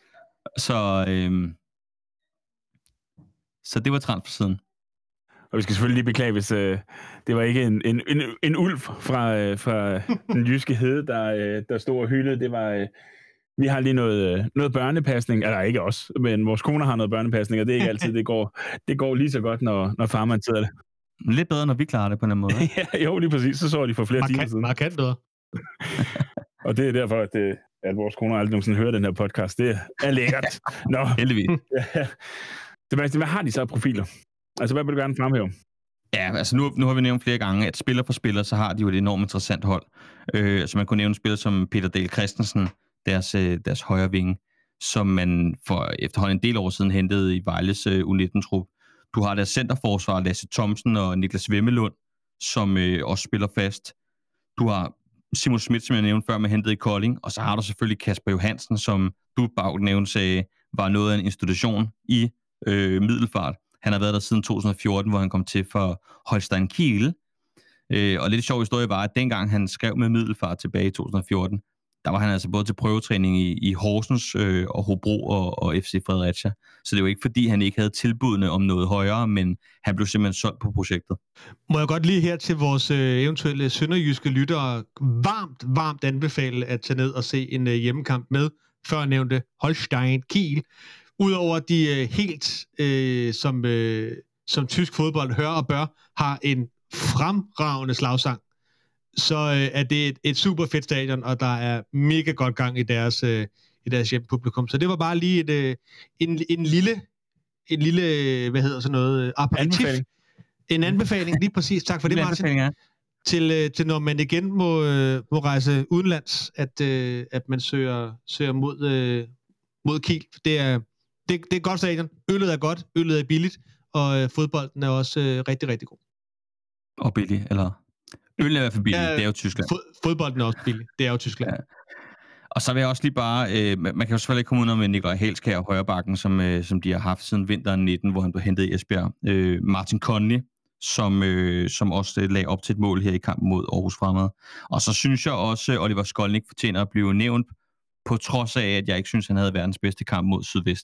Så det var transfersiden.
Og vi skal selvfølgelig lige beklage, hvis det var ikke en ulv fra den jyske hede, der stod og hyldede. Det var... Vi har lige noget børnepasning, eller ikke os, men vores koner har noget børnepasning, og det er ikke altid, det går lige så godt, når farmand sidder det.
Lidt bedre, når vi klarer det på den måde.
Ja, jo, lige præcis. Så de for flere timer siden.
Markant bedre.
Og det er derfor, at vores koner aldrig nogensinde hører den her podcast. Det er lækkert. Nå.
Heldigvis.
Ja. Sebastian, hvad har de så af profiler? Altså, hvad vil du gerne fremhæve?
Ja, altså nu har vi nævnt flere gange, at spiller for spiller, så har de jo et enormt interessant hold. Så man kunne nævne spiller som Peter Dahl Christensen, deres højre vinge, som man for efterhånden en del år siden hentede i Vejles U19-trup. Du har deres centerforsvar, Lasse Thomsen og Niklas Vemmelund, som også spiller fast. Du har Simon Schmidt, som jeg nævnte før, med hentet i Kolding, og så har du selvfølgelig Kasper Johansen, som du bare nævnte sagde, var noget af en institution i Middelfart. Han har været der siden 2014, hvor han kom til for Holstein Kiel. Og lidt sjov historie var, at dengang han skrev med Middelfart tilbage i 2014, der var han altså både til prøvetræning i Horsens og Hobro og FC Fredericia. Så det var ikke, fordi han ikke havde tilbudene om noget højere, men han blev simpelthen solgt på projektet.
Må jeg godt lige her til vores eventuelle sønderjyske lyttere varmt anbefale at tage ned og se en hjemmekamp med førnævnte Holstein Kiel. Udover de helt, som tysk fodbold hører og bør, har en fremragende slagsang, så er det et super fedt stadion, og der er mega godt gang i deres hjemmepublikum. Så det var bare lige en lille, hvad hedder sådan noget, aperitif. En anbefaling, lige præcis. Tak for det, Martin.
Ja.
Til når man igen må rejse udenlands, at man søger mod Kiel. Det er et godt stadion. Øllet er godt, øllet er billigt, og fodbolden er også rigtig, rigtig god.
Og billig, eller? Øl er i hvert fald billigt, det er jo Tyskland.
Fodbolden er også billig, det er jo Tyskland. Ja.
Og så vil jeg også lige bare, man kan jo selvfølgelig ikke komme ud med Nikolaj Helskær og Højrebakken, som de har haft siden vinteren 19, hvor han blev hentet i Esbjerg. Martin Conley, som også lagde op til et mål her i kampen mod Aarhus Fremad. Og så synes jeg også, at Oliver Skolnik fortjener at blive nævnt, på trods af, at jeg ikke synes, han havde verdens bedste kamp mod Sydvest.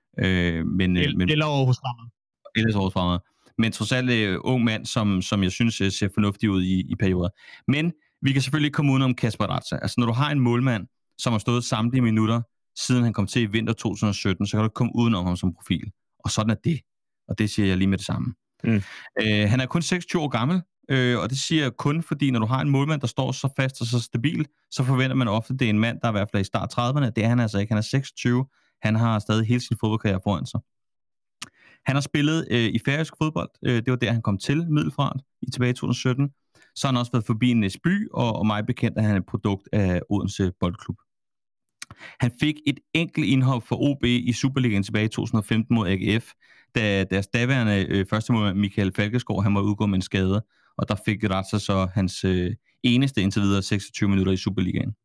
Eller Aarhus Fremad.
Eller Aarhus Fremad. Men trods alt ung mand, som jeg synes ser fornuftig ud i perioder. Men vi kan selvfølgelig ikke komme udenom Kasper Razza. Altså, når du har en målmand, som har stået samtlige minutter, siden han kom til i vinter 2017, så kan du ikke komme udenom ham som profil. Og sådan er det. Og det siger jeg lige med det samme. Han er kun 26 år gammel, og det siger jeg kun, fordi når du har en målmand, der står så fast og så stabil, så forventer man ofte, at det er en mand, der er i hvert fald i start 30'erne. Det er han altså ikke. Han er 26. Han har stadig hele sin fodboldkarriere foran sig. Han har spillet i færøsk fodbold. Det var der, han kom til Middelfart tilbage i 2017. Så har han også været forbi Næsby, og mig bekendt, at han er et produkt af Odense Boldklub. Han fik et enkelt indhop for OB i Superligaen tilbage i 2015 mod AGF, da deres daværende første målmand Michael Falkeskov, han var udgået med en skade, og der fik Razza så hans eneste indtil videre 26 minutter i Superligaen.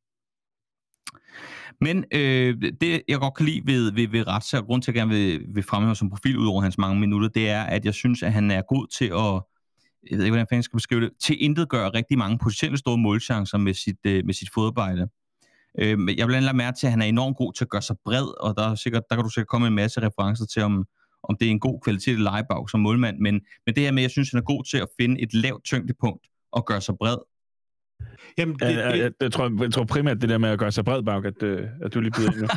Men det, jeg godt kan lide ved Razza, og grund til, at jeg gerne vil fremhæve som profil ud over hans mange minutter, det er, at jeg synes, at han er god til at, jeg ved ikke, hvordan jeg skal beskrive det, til intet gøre rigtig mange potentielt store målchancer med sit fodarbejde. Jeg vil lade mærke til, at han er enormt god til at gøre sig bred, og der kan du sikkert komme en masse referencer til, om det er en god kvalitet i legebag som målmand, men det her med, jeg synes, han er god til at finde et lavt tyngdepunkt og gøre sig bred.
Jamen, jeg tror primært det der med at gøre sig bred, Bag, at du lige byder ind nu.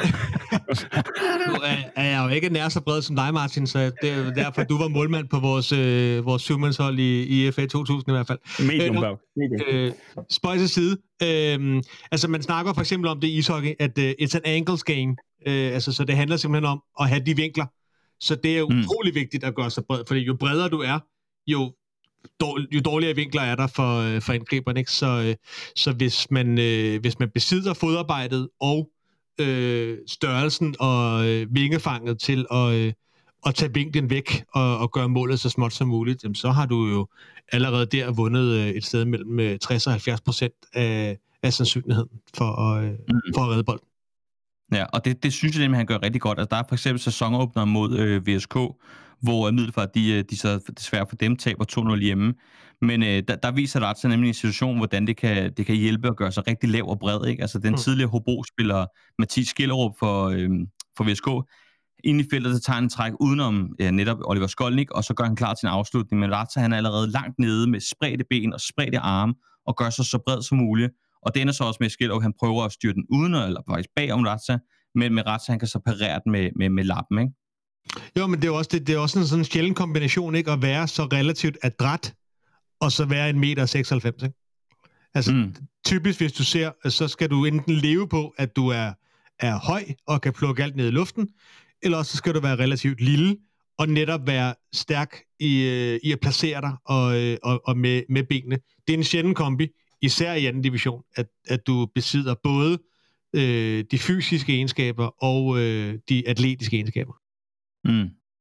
Nu er jeg jo ikke nær så bred som dig, Martin, så det er derfor, du var målmand på vores syvmandshold i FA 2000 i hvert fald.
Medium, Bag.
Spøj til side. Altså, man snakker for eksempel om det i ishockey, at it's an angles game. Så det handler simpelthen om at have de vinkler. Så det er utrolig vigtigt at gøre sig bred, fordi jo bredere du er, jo dårligere vinkler er der for indgriberne, ikke? Så hvis man besidder fodarbejdet og størrelsen og vingefanget til at tage vinklen væk og gøre målet så småt som muligt, jamen, så har du jo allerede der vundet et sted mellem 60 og 70% af sandsynligheden for at redde bolden.
Ja, og det synes jeg nemlig, han gør rigtig godt. Altså, der er for eksempel sæsonåbner mod VSK, hvor Middelfart, de så desværre for dem taber 2-0 hjemme. Men der viser Razza nemlig en situation, hvordan det kan hjælpe at gøre sig rigtig lav og bred. Ikke? Altså den tidligere Hobro-spiller Mathias Skjellerup for VSK, inde i feltet, så tager han en træk udenom netop Oliver Skolnik, og så gør han klar til en afslutning. Men Razza, han er allerede langt nede med spredte ben og spredte arme, og gør sig så bred som muligt. Og det ender så også med Skjellerup, han prøver at styre den uden, eller faktisk bag om Razza, men med Razza, han kan så parere den med lappen, ikke?
Jo, men det er også, det er også sådan en sjælden kombination, ikke? At være så relativt adræt, og så være 1,96 meter, ikke? Altså, typisk, hvis du ser, så skal du enten leve på, at du er høj, og kan plukke alt ned i luften, eller også så skal du være relativt lille, og netop være stærk i at placere dig, og med benene. Det er en sjælden kombi, især i anden division, at du besidder både de fysiske egenskaber, og de atletiske egenskaber.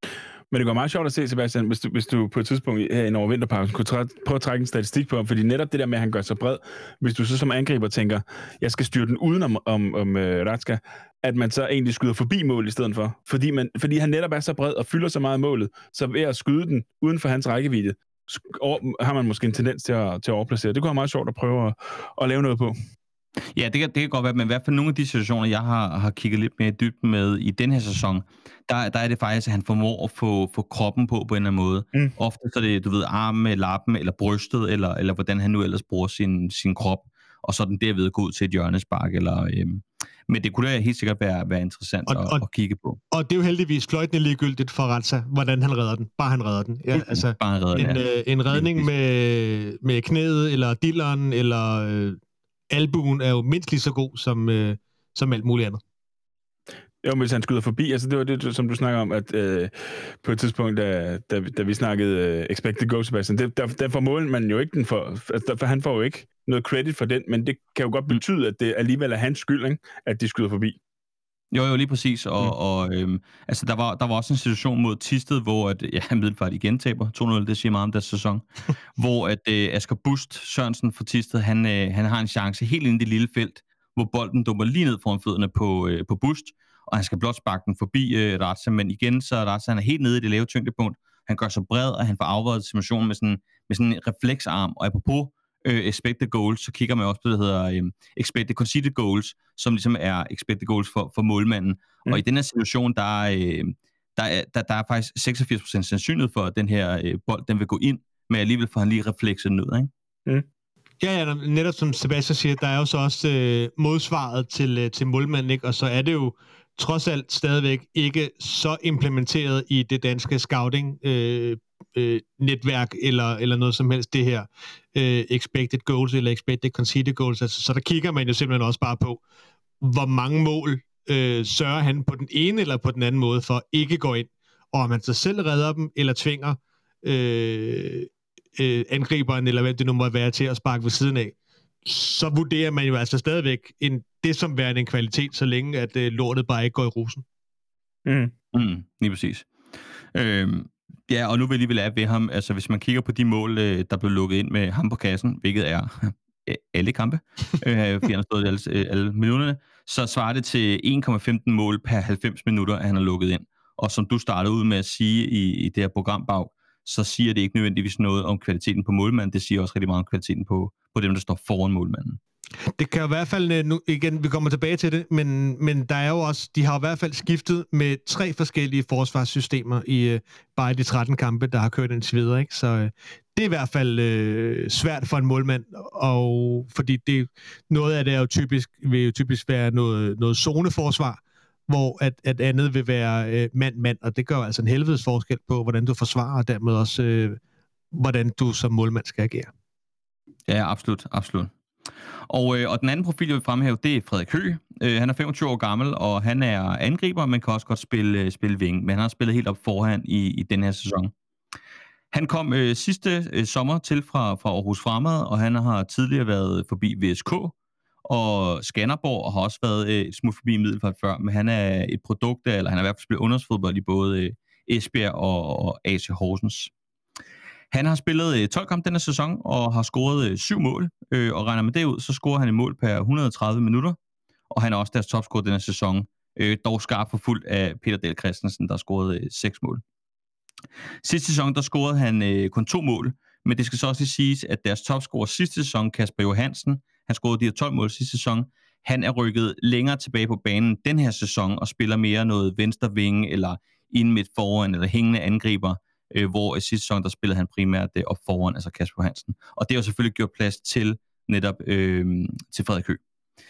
Men det går meget sjovt at se, Sebastian, hvis du på et tidspunkt her over vinterpausen kunne prøve at trække en statistik på ham, fordi netop det der med, at han gør sig bred, hvis du så som angriber tænker, jeg skal styre den uden om Ratzka, at man så egentlig skyder forbi mål i stedet for. Fordi han netop er så bred og fylder så meget målet, så ved at skyde den uden for hans rækkevidde, har man måske en tendens til at overplacere. Det kunne være meget sjovt at prøve at lave noget på.
Ja, det kan godt være, men i hvert fald nogle af de situationer, jeg har kigget lidt mere dybt med i den her sæson, der er det faktisk, at han formår at få kroppen på en eller anden måde. Ofte så er det, du ved, armen, lappen eller brystet, eller hvordan han nu ellers bruger sin krop, og så den derved gå ud til et hjørnespark. Men det kunne da helt sikkert være interessant at kigge på.
Og det er jo heldigvis fløjtende ligegyldigt for Ratza, hvordan han redder den. Bare han redder den. Ja, altså,
bare han redder den,
en redning med knæet, eller dilleren, eller albuen er jo mindst lige så god som alt muligt andet.
Jo, hvis han skyder forbi, altså det var det, som du snakker om, at på et tidspunkt, da vi snakkede expected goals, Sebastian, der får målmanden jo ikke den for han får jo ikke noget credit for den, men det kan jo godt betyde, at det alligevel er hans skyld, ikke, at de skyder forbi. Jo,
lige præcis, altså der var også en situation mod Thisted, hvor Middelfart igen taber 2-0, det siger meget om deres sæson, hvor at Asger Bust Sørensen fra Thisted, han har en chance helt inde i det lille felt, hvor bolden dumper lige ned foran fødderne på Bust, og han skal blot sparke den forbi Ratza, men igen, så Ratza, han er helt nede i det lave tyngdepunkt, han gør sig bred, og han får afværet situationen med sådan en refleksarm, og apropos expected goals, så kigger man også på det, der hedder expected conceded goals, som ligesom er expected goals for målmanden. Og i den her situation, der er faktisk 86% sandsynlighed for, at den her bold, den vil gå ind, men alligevel får han lige reflekset den ud, ikke?
Ja, netop som Sebastian siger, der er jo så også modsvaret til målmanden, ikke? Og så er det jo trods alt stadigvæk ikke så implementeret i det danske scouting netværk eller noget som helst, det her expected goals eller expected conceded goals. Altså, så der kigger man jo simpelthen også bare på, hvor mange mål sørger han på den ene eller på den anden måde for ikke går ind, og om han så selv redder dem eller tvinger angriberen, eller hvem det nu må være, til at sparke ved siden af, så vurderer man jo altså stadigvæk det som værende en kvalitet, så længe at lortet bare ikke går i rusen.
Lige præcis. Ja, og nu vil jeg lige af ved ham, altså hvis man kigger på de mål, der blev lukket ind med ham på kassen, hvilket er alle kampe, fordi han har stået alle minutterne, så svarer det til 1,15 mål per 90 minutter, at han har lukket ind. Og som du startede ud med at sige i det her program, Bag, så siger det ikke nødvendigvis noget om kvaliteten på målmanden, det siger også rigtig meget om kvaliteten på dem, der står foran målmanden.
Det kan jo i hvert fald, nu igen, vi kommer tilbage til det, men der er jo også, de har i hvert fald skiftet med 3 forskellige forsvarssystemer i bare de 13 kampe, der har kørt indtil videre, ikke? Så det er i hvert fald svært for en målmand, og fordi noget af det er jo vil jo typisk være noget zoneforsvar, hvor at andet vil være mand, og det gør altså en helvedes forskel på, hvordan du forsvarer, og dermed også, hvordan du som målmand skal agere.
Ja, absolut. Og den anden profil, jeg vil fremhæve, det er Frederik Høgh. Han er 25 år gammel, og han er angriber, men kan også godt spille wing, men han har spillet helt op forhånd i den her sæson. Han kom sidste sommer til fra Aarhus Fremad, og han har tidligere været forbi VSK og Skanderborg, og har også været et smut forbi Middelfart før, men han er et produkt af, eller han har i hvert fald spillet ungdomsfodbold i både Esbjerg og AC Horsens. Han har spillet 12 kampe denne sæson og har scoret 7 mål, og regner med det ud, så scorer han et mål per 130 minutter, og han er også deres topscorer denne sæson, dog skarpt forfulgt af Peter Dahl Christensen, der har scoret 6 mål. Sidste sæson, der scorede han kun 2 mål, men det skal så også siges, at deres topscorer sidste sæson, Kasper Johansen, han scorede de her 12 mål sidste sæson, han er rykket længere tilbage på banen den her sæson og spiller mere noget venstre vinge eller ind midt foran eller hængende angriber, hvor i sidste sæson, der spillede han primært op foran, altså Kasper Johansen. Og det har selvfølgelig gjort plads til netop til Frederik Høgh.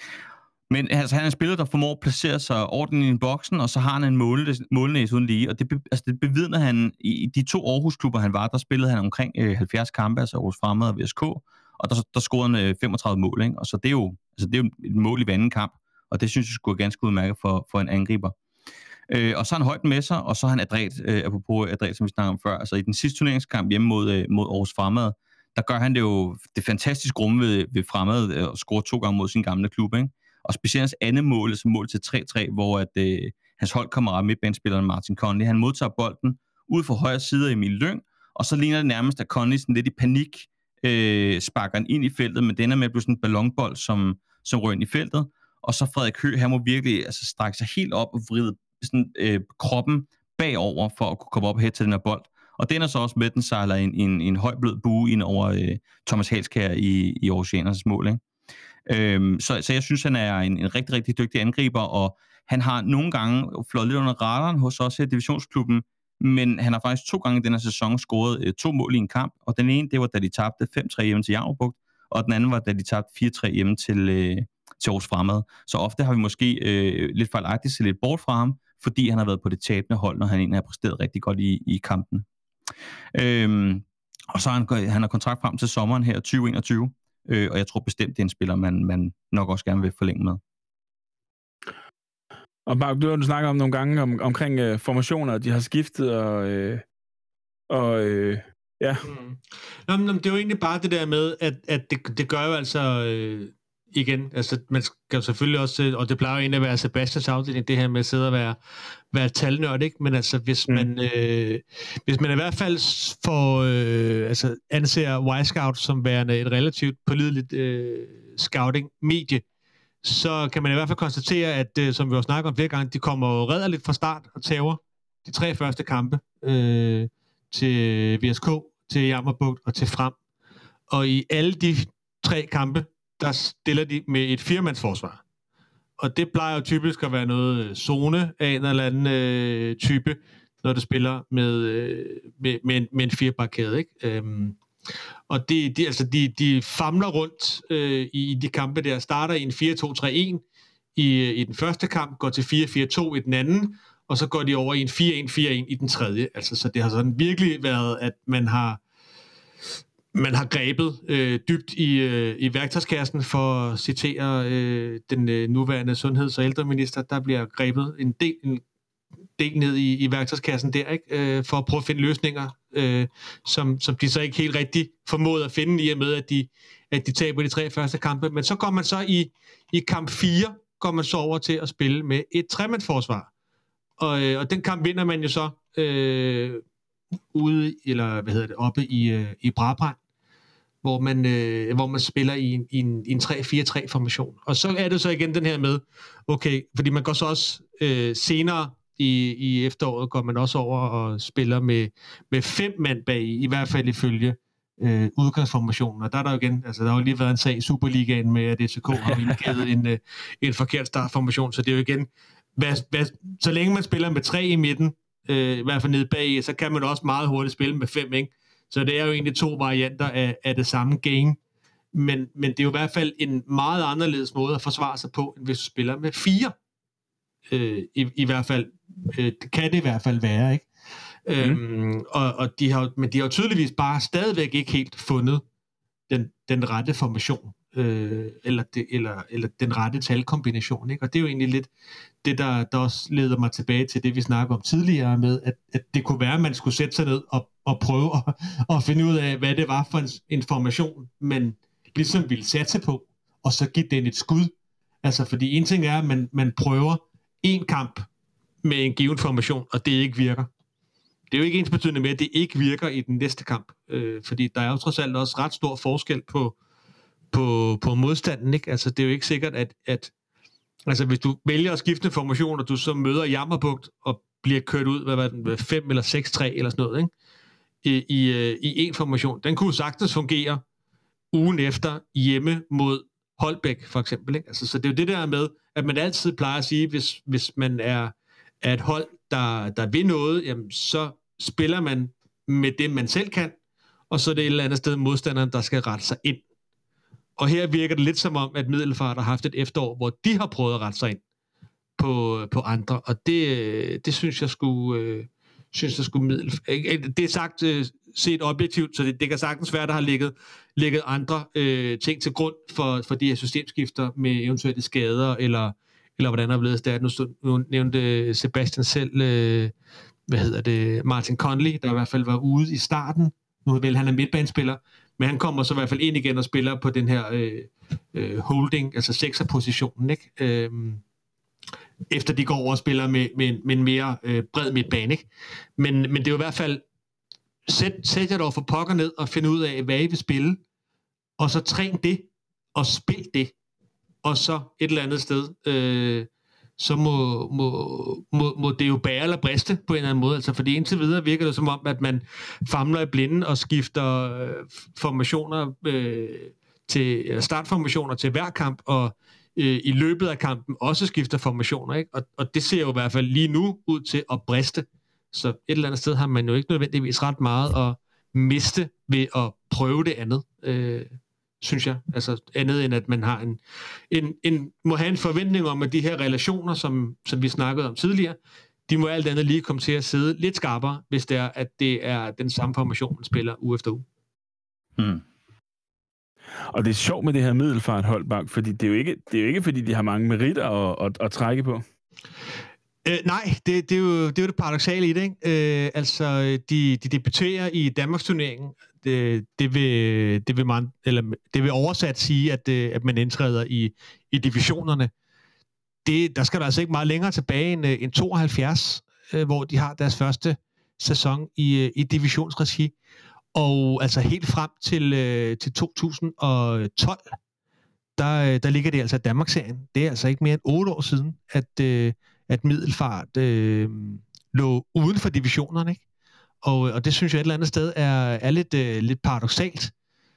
Men altså, han er en spiller, der formår at placere sig ordentligt i boksen, og så har han en målnæse uden lige, og det bevidner han i de 2 Aarhus-klubber, han var, der spillede han omkring 70 kampe, altså Aarhus Fremad og VSK, og der scorede han 35 mål, ikke? Og så det er jo et mål i hver anden kamp, og det synes jeg skulle ganske udmærket for en angriber. Og så har han højden med sig, og så har han apropos adræt, som vi snakkede om før, altså i den sidste turneringskamp hjemme mod Aarhus Fremad, der gør han det jo det fantastisk rumme ved Fremad at score 2 gange mod sin gamle klub, ikke? Og specielt hans andet mål, altså mål til 3-3, hvor at hans holdkammerat midtbanespilleren Martin Conley, han modtager bolden ud for højre side af Emil Lyng, og så ligner det nærmest, at Conley sådan lidt i panik sparker den ind i feltet, men den er med at blive sådan en ballonbold, som rører ind i feltet. Og så Frederik Høgh, han må virkelig strække sig helt op og vride sådan, kroppen bagover for at kunne komme op og hætte til den her bold. Og den er så også med, den sejler en høj blød bue ind over Thomas Halskær i Aarhusianers mål. Ikke? Så jeg synes, han er en rigtig, rigtig dygtig angriber, og han har nogle gange flået lidt under radaren hos os her i divisionsklubben, men han har faktisk 2 gange i den her sæson scoret 2 mål i en kamp, og den ene, det var, da de tabte 5-3 hjemme til Jammerbugt, og den anden var, da de tabte 4-3 hjemme til Aarhus Fremad. Så ofte har vi måske lidt fejlagtigt set lidt bort fra ham, fordi han har været på det tabende hold, når han egentlig har præsteret rigtig godt i kampen. Og så han har kontrakt frem til sommeren her 2021, og jeg tror bestemt, det er en spiller, man nok også gerne vil forlænge med.
Og Mark, du snakker om nogle gange omkring formationer, de har skiftet, ja.
Nå, men det er jo egentlig bare det der med, at det gør jo altså igen, altså man skal jo selvfølgelig også, og det plejer jo egentlig at være Sebastians afdeling, det her med at sidde og være talnørd, ikke? Men altså hvis man i hvert fald får anser Y-Scout som værende et relativt pålideligt scouting-medie, så kan man i hvert fald konstatere, at som vi har snakket om flere gange, de kommer rædderligt fra start og tæver de 3 første kampe til VSK, til Jammerbugt og til Frem. Og i alle de 3 kampe, der stiller de med et 4-mandsforsvar. Og det plejer jo typisk at være noget zone af en eller anden type, når du spiller med en 4-bakkæde, ikke? Og de famler rundt i de kampe der, starter i en 4-2-3-1 i den første kamp, går til 4-4-2 i den anden, og så går de over i en 4-1-4-1 i den tredje. Altså, så det har sådan virkelig været, at man har grebet dybt i værktøjskassen, for at citere den nuværende sundheds- og ældreminister. Der bliver grebet en del ned i værktøjskassen der, ikke? For at prøve at finde løsninger, som de så ikke helt rigtig formåede at finde, i og med, at de taber de 3 første kampe. Men så går man så i kamp 4, går man så over til at spille med et 3-mandsforsvar. Og den kamp vinder man jo så ude, eller oppe i Brabrand, hvor man spiller i en 3-4-3-formation. Og så er det så igen den her med, okay, fordi man går så også senere i efteråret, går man også over og spiller med 5 mand bag, i hvert fald ifølge udgangsformationen. Og der er der jo igen, altså der har jo lige været en sag i Superligaen med, at FCK har indkædet en forkert startformation, så det er jo igen, så længe man spiller med 3 i midten, i hvert fald nede bag, så kan man også meget hurtigt spille med 5, ikke? Så det er jo egentlig 2 varianter af det samme game. Men det er jo i hvert fald en meget anderledes måde at forsvare sig på, end hvis du spiller med 4. I hvert fald, det kan det i hvert fald være, ikke? Men de har jo tydeligvis bare stadigvæk ikke helt fundet den rette formation, eller den rette talkombination, ikke? Og det er jo egentlig lidt det, der også leder mig tilbage til det, vi snakkede om tidligere med, at det kunne være, at man skulle sætte sig ned og prøve at finde ud af, hvad det var for en formation, man ligesom ville satse på, og så give den et skud. Altså, fordi en ting er, at man prøver en kamp med en given formation, og det ikke virker. Det er jo ikke ensbetydende med, at det ikke virker i den næste kamp, fordi der er jo trods alt også ret stor forskel på modstanden, ikke? Altså, det er jo ikke sikkert, at altså, hvis du vælger at skifte formation, og du så møder Jammerbugt og bliver kørt ud, hvad var den, 5 eller 6-3 eller sådan noget, ikke? I en formation, den kunne sagtens fungere ugen efter hjemme mod Holbæk, for eksempel, ikke? Altså, så det er jo det der med, at man altid plejer at sige, hvis man er et hold, der vil noget, jamen, så spiller man med det, man selv kan, og så er det et eller andet sted modstanderen, der skal rette sig ind. Og her virker det lidt som om, at Middelfart har haft et efterår, hvor de har prøvet at rette sig ind på andre, og det synes jeg skulle Middelfart. Det er sagt set objektivt, så det kan sagtens være, der har ligget andre ting til grund for de her systemskifter med eventuelle skader, eller hvordan der er blevet startet. Nu nævnte Sebastian selv, Martin Conley, der i hvert fald var ude i starten. Nu vel, han er midtbanespiller, men han kommer så i hvert fald ind igen og spiller på den her holding, altså 6'er-positionen, ikke? efter de går over og spiller med en mere bred midtbane, ikke? Men det er jo i hvert fald, sæt jer dog for pokker ned og finde ud af, hvad I vil spille, og så træn det, og spil det, og så et eller andet sted, så må det jo bære eller briste på en eller anden måde, altså fordi indtil videre virker det som om, at man famler i blinden og skifter formationer til startformationer til hver kamp, og i løbet af kampen også skifter formationer, ikke? Og det ser jo i hvert fald lige nu ud til at briste. Så et eller andet sted har man jo ikke nødvendigvis ret meget at miste ved at prøve det andet, synes jeg. Altså andet end at man har må have en forventning om, at de her relationer, som vi snakkede om tidligere, de må alt andet lige komme til at sidde lidt skarpere, hvis det er, at det er den samme formation, man spiller uge efter uge.
Og det er sjovt med det her Middelfart-hold, Bak, fordi det er jo ikke fordi de har mange meritter at trække på.
Nej, det er jo det paradoksale i det, ikke? Altså, de debuterer i Danmarksturneringen. Det vil oversat sige, at man indtræder i divisionerne. Der skal der altså ikke meget længere tilbage end 72, hvor de har deres første sæson i divisionsregi. Og altså helt frem til 2012, der ligger det altså i Danmarksserien. Det er altså ikke mere end 8 år siden, at Middelfart lå uden for divisionerne, ikke? Og det synes jeg et eller andet sted er lidt paradoksalt,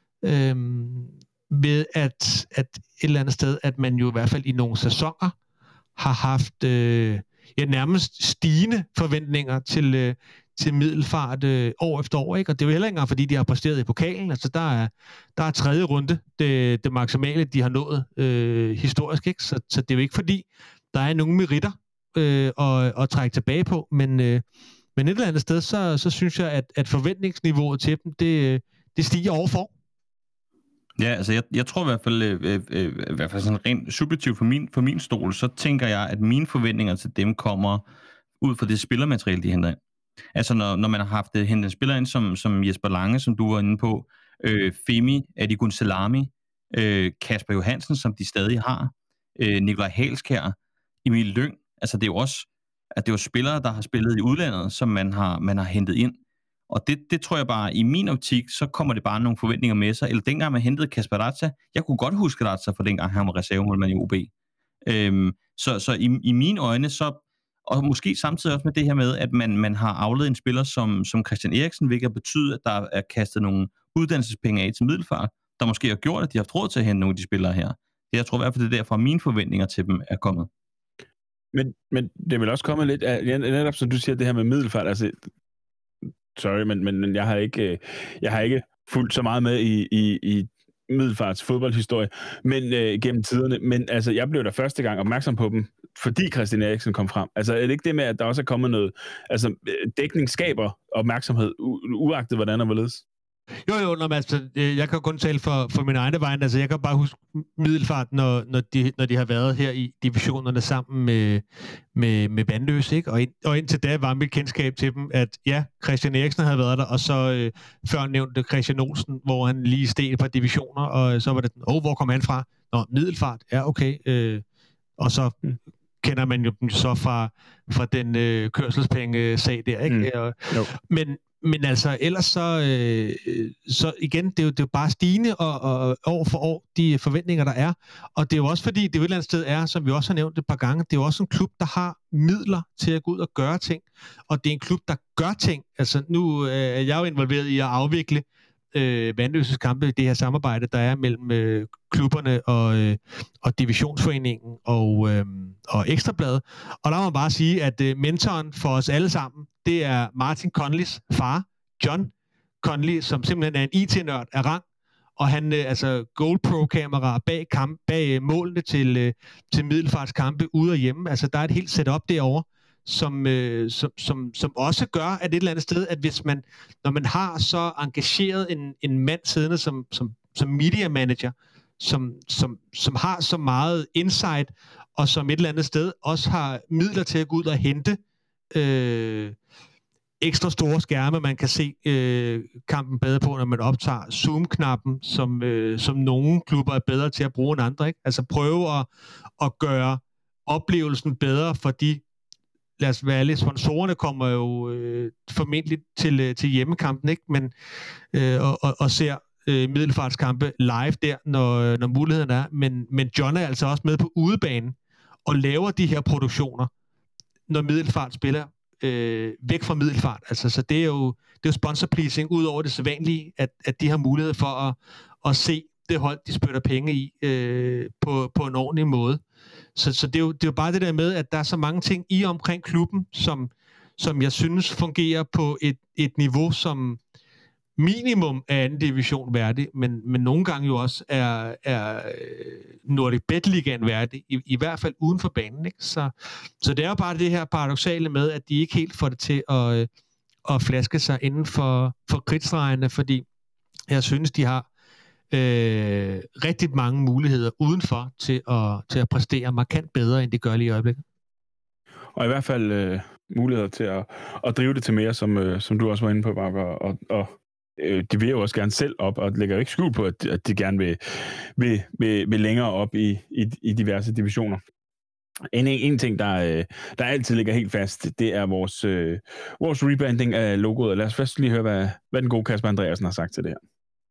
ved at et eller andet sted, at man jo i hvert fald i nogle sæsoner har haft nærmest stigende forventninger til Middelfart år efter år, ikke? Og det er jo heller ikke engang, fordi de har præsteret i pokalen. Altså, der er tredje runde, det maksimale, de har nået historisk, ikke? Så det er jo ikke, fordi der er nogle meritter at trække tilbage på, men et eller andet sted, så synes jeg, at forventningsniveauet til dem, det stiger overfor.
Ja, altså jeg tror i hvert fald sådan rent subjektivt for min stol, så tænker jeg, at mine forventninger til dem kommer ud fra det spillermateriale, de henter ind. Altså når man har haft hentet en spiller ind som Jesper Lange, som du var inde på, Femi, Adigun Salami, Kasper Johansen, som de stadig har, Nikolaj Halskær, Emil Lyng. Altså det er jo også, at det er jo spillere, der har spillet i udlandet, som man har hentet ind. Og det tror jeg bare, i min optik, så kommer det bare nogle forventninger med sig. Eller dengang man hentede Kasper Razza, jeg kunne godt huske Razza fra dengang han var reservemålmand i OB. Så i mine øjne, så, og måske samtidig også med det her med, at man har afledt en spiller som Christian Eriksen, hvilket betyder, at der er kastet nogle uddannelsespenge af til Middelfart, der måske har gjort, at de har haft råd til at hente nogle af de spillere her. Jeg tror i hvert fald, det er derfor, mine forventninger til dem er kommet.
Men det vil også komme lidt af, netop som du siger, det her med Middelfart, altså, sorry, men jeg har ikke fulgt så meget med i Middelfarts fodboldhistorie, men gennem tiderne, men altså, jeg blev da første gang opmærksom på dem, fordi Christian Eriksen kom frem. Altså, er det ikke det med, at der også er kommet noget, altså, dækning skaber opmærksomhed, uagtet hvordan og hvorledes?
Jo, altså, jeg kan kun tale for min egne vegne. Altså, jeg kan bare huske Middelfart, når de har været her i divisionerne sammen med Vandløs, ikke? Og indtil da var mit kendskab til dem, at ja, Christian Eriksen havde været der, og så før nævnte Christian Olsen, hvor han lige steg på divisioner, og så var det, hvor kom han fra? Nå, Middelfart, ja, okay. Og så kender man jo dem så fra den kørselspenge-sag der, ikke? Men altså, ellers så igen, det er jo bare stigende og år for år, de forventninger, der er. Og det er jo også fordi, det jo et eller andet sted er, som vi også har nævnt et par gange, det er jo også en klub, der har midler til at gå ud og gøre ting. Og det er en klub, der gør ting. Altså, nu er jeg jo involveret i at afvikle Vandløses kampe i det her samarbejde, der er mellem klubberne og divisionsforeningen og Ekstrabladet. Og der må man bare sige, at mentoren for os alle sammen, det er Martin Conleys far, John Conley, som simpelthen er en IT-nørd af rang, og han altså GoPro-kamera bag målene til Middelfarts kampe ude og hjemme. Altså der er et helt setup derovre, som også gør, at et eller andet sted, at hvis man, når man har så engageret en mand siddende som media manager, som har så meget insight, og som et eller andet sted også har midler til at gå ud og hente ekstra store skærme, man kan se kampen bedre på, når man optager Zoom-knappen, som nogle klubber er bedre til at bruge end andre, ikke? Altså prøve at gøre oplevelsen bedre for de, lad os være ærlige, sponsorerne kommer jo formentlig til hjemmekampen, ikke? Men, og ser middelfartskampe live der, når muligheden er. Men John er altså også med på udebane og laver de her produktioner, når Middelfart spiller væk fra Middelfart. Altså, så det er jo sponsor-pleasing ud over det sædvanlige, at de har mulighed for at se det hold, de spytter penge i på en ordentlig måde. Så det er jo bare det der med, at der er så mange ting i omkring klubben, som jeg synes fungerer på et niveau, som minimum er anden division værdig, men nogle gange jo også er Nordic Bet Ligaen værdig, i hvert fald uden for banen. Ikke? Så det er jo bare det her paradoksale med, at de ikke helt får det til at flaske sig inden for kridtstregene, fordi jeg synes, de har rigtig mange muligheder udenfor til at præstere markant bedre, end de gør lige i øjeblikket.
Og i hvert fald muligheder til at drive det til mere, som du også var inde på, Barbara, og de vil jo også gerne selv op, og lægger ikke skjul på, at de gerne vil længere op i diverse divisioner. En ting, der altid ligger helt fast, det er vores rebranding af logoet. Lad os først lige høre, hvad den gode Kasper Andreasen har sagt til det her.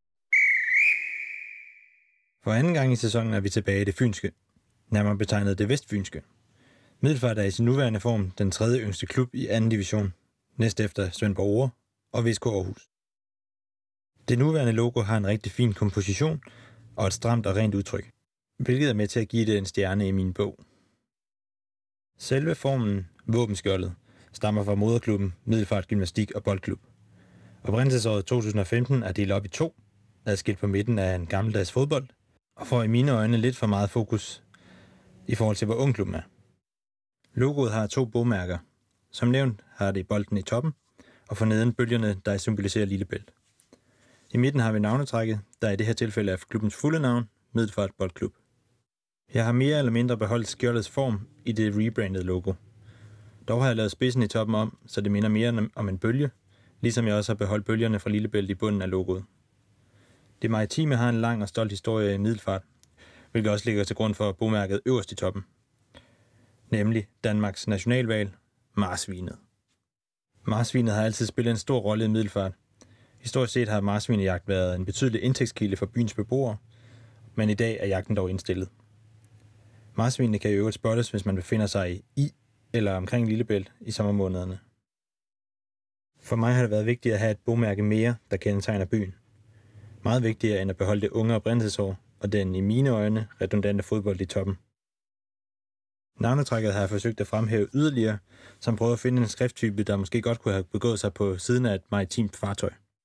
For anden gang i sæsonen er vi tilbage i det fynske, nærmere betegnet det vestfynske. Middelfart er i sin nuværende form den tredje yngste klub i anden division, næst efter Svendborg Ore og VSK Aarhus. Det nuværende logo har en rigtig fin komposition og et stramt og rent udtryk, hvilket er med til at give det en stjerne i min bog. Selve formen, våbenskjoldet, stammer fra moderklubben Middelfart Gymnastik og Boldklub. Oprindelsesåret 2015 er delt op i 2, adskilt på midten af en gammeldags fodbold, og får i mine øjne lidt for meget fokus i forhold til, hvor ung klubben er. Logoet har 2 bogmærker. Som nævnt har det bolden i toppen, og forneden bølgerne, der symboliserer Lillebælt. I midten har vi navnetrækket, der i det her tilfælde er klubbens fulde navn, Middelfart Boldklub. Jeg har mere eller mindre beholdt skjoldets form i det rebrandede logo. Dog har jeg lavet spidsen i toppen om, så det minder mere om en bølge, ligesom jeg også har beholdt bølgerne fra Lillebælt i bunden af logoet. Det maritime har en lang og stolt historie i Middelfart, hvilket også ligger til grund for bogmærket øverst i toppen. Nemlig Danmarks nationalhval, marsvinet. Marsvinet har altid spillet en stor rolle i Middelfart. Historisk set har marsvinejagt været en betydelig indtægtskilde for byens beboere, men i dag er jagten dog indstillet. Marsvinene kan i øvrigt spottes, hvis man befinder sig i eller omkring Lillebælt i sommermånederne. For mig har det været vigtigt at have et bogmærke mere, der kendetegner byen. Meget vigtigere end at beholde det unge oprindelsesår og den i mine øjne redundante fodbold i toppen. Navnetrækket har jeg forsøgt at fremhæve yderligere, som prøver at finde en skrifttype, der måske godt kunne have begået sig på siden af et maritimt fartøj.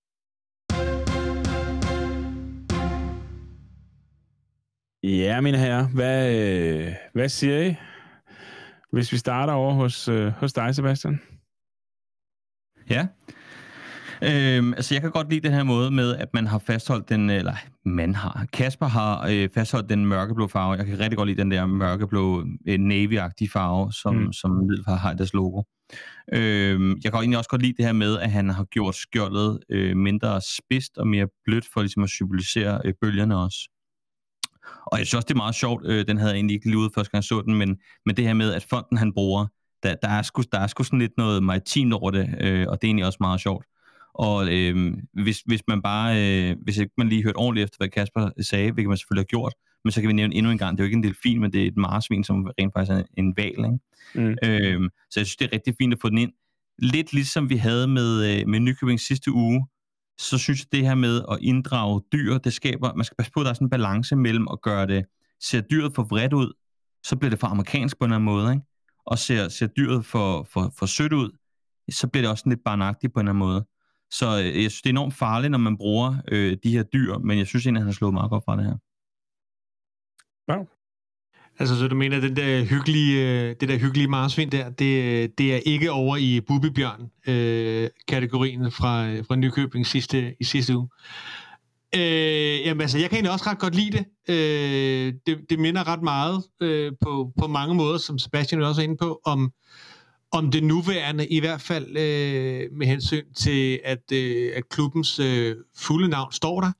Ja, mine herrer, hvad siger I, hvis vi starter over hos dig, Sebastian?
Ja. Altså, jeg kan godt lide den her måde med, at man har fastholdt Kasper har fastholdt den mørkeblå farve. Jeg kan rigtig godt lide den der mørkeblå, navy-agtige farve, som Middelfart har i deres logo. Jeg kan egentlig også godt lide det her med, at han har gjort skjoldet mindre spidst og mere blødt for ligesom at symbolisere bølgerne også. Og jeg synes også, det er meget sjovt. Den havde jeg egentlig ikke lige ude første gang jeg så den, men det her med, at fonten han bruger, der er sgu sådan lidt noget maritimt over det, og det er egentlig også meget sjovt. Og hvis man bare, hvis ikke man lige hørte ordentligt efter, hvad Kasper sagde, hvilket man selvfølgelig har gjort, men så kan vi nævne endnu en gang, det er jo ikke en delfin, men det er et marsvin, som rent faktisk er en hval, ikke? Så jeg synes, det er rigtig fint at få den ind. Lidt ligesom vi havde med Nykøbing sidste uge, så synes jeg, det her med at inddrage dyr, det skaber, man skal passe på, at der er sådan en balance mellem at gøre det, ser dyret for vredt ud, så bliver det for amerikansk på en eller anden måde, ikke? Og ser dyret for sødt ud, så bliver det også lidt barnagtigt på en eller anden måde. Så jeg synes, det er enormt farligt, når man bruger de her dyr, men jeg synes egentlig, han har slået meget godt fra det her.
Wow.
Altså, så du mener, det der hyggelige marsvin der, det er ikke over i Bubbebjørn-kategorien fra Nykøbing i sidste uge. Jamen altså, jeg kan egentlig også ret godt lide det. Det minder ret meget på mange måder, som Sebastian også er inde på, om det nuværende, i hvert fald med hensyn til, at klubbens fulde navn står der.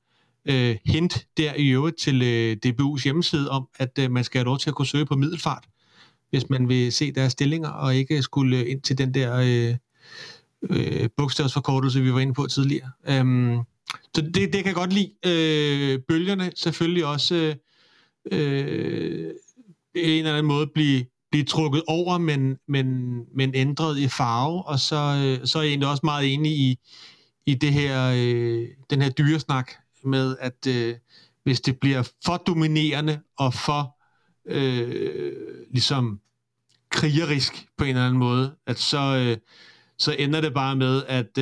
Hint der i øvrigt til DBU's hjemmeside om, at man skal have lov til at kunne søge på Middelfart. hvis man vil se deres stillinger, og ikke skulle ind til den der bogstavsforkortelse, vi var inde på tidligere. Så det kan jeg godt lide. Bølgerne selvfølgelig også en eller anden måde blive trukket over, men ændret i farve, og så er jeg egentlig også meget enig i det her, den her dyresnak med, at hvis det bliver for dominerende og for ligesom krigerisk på en eller anden måde, at så ender det bare med,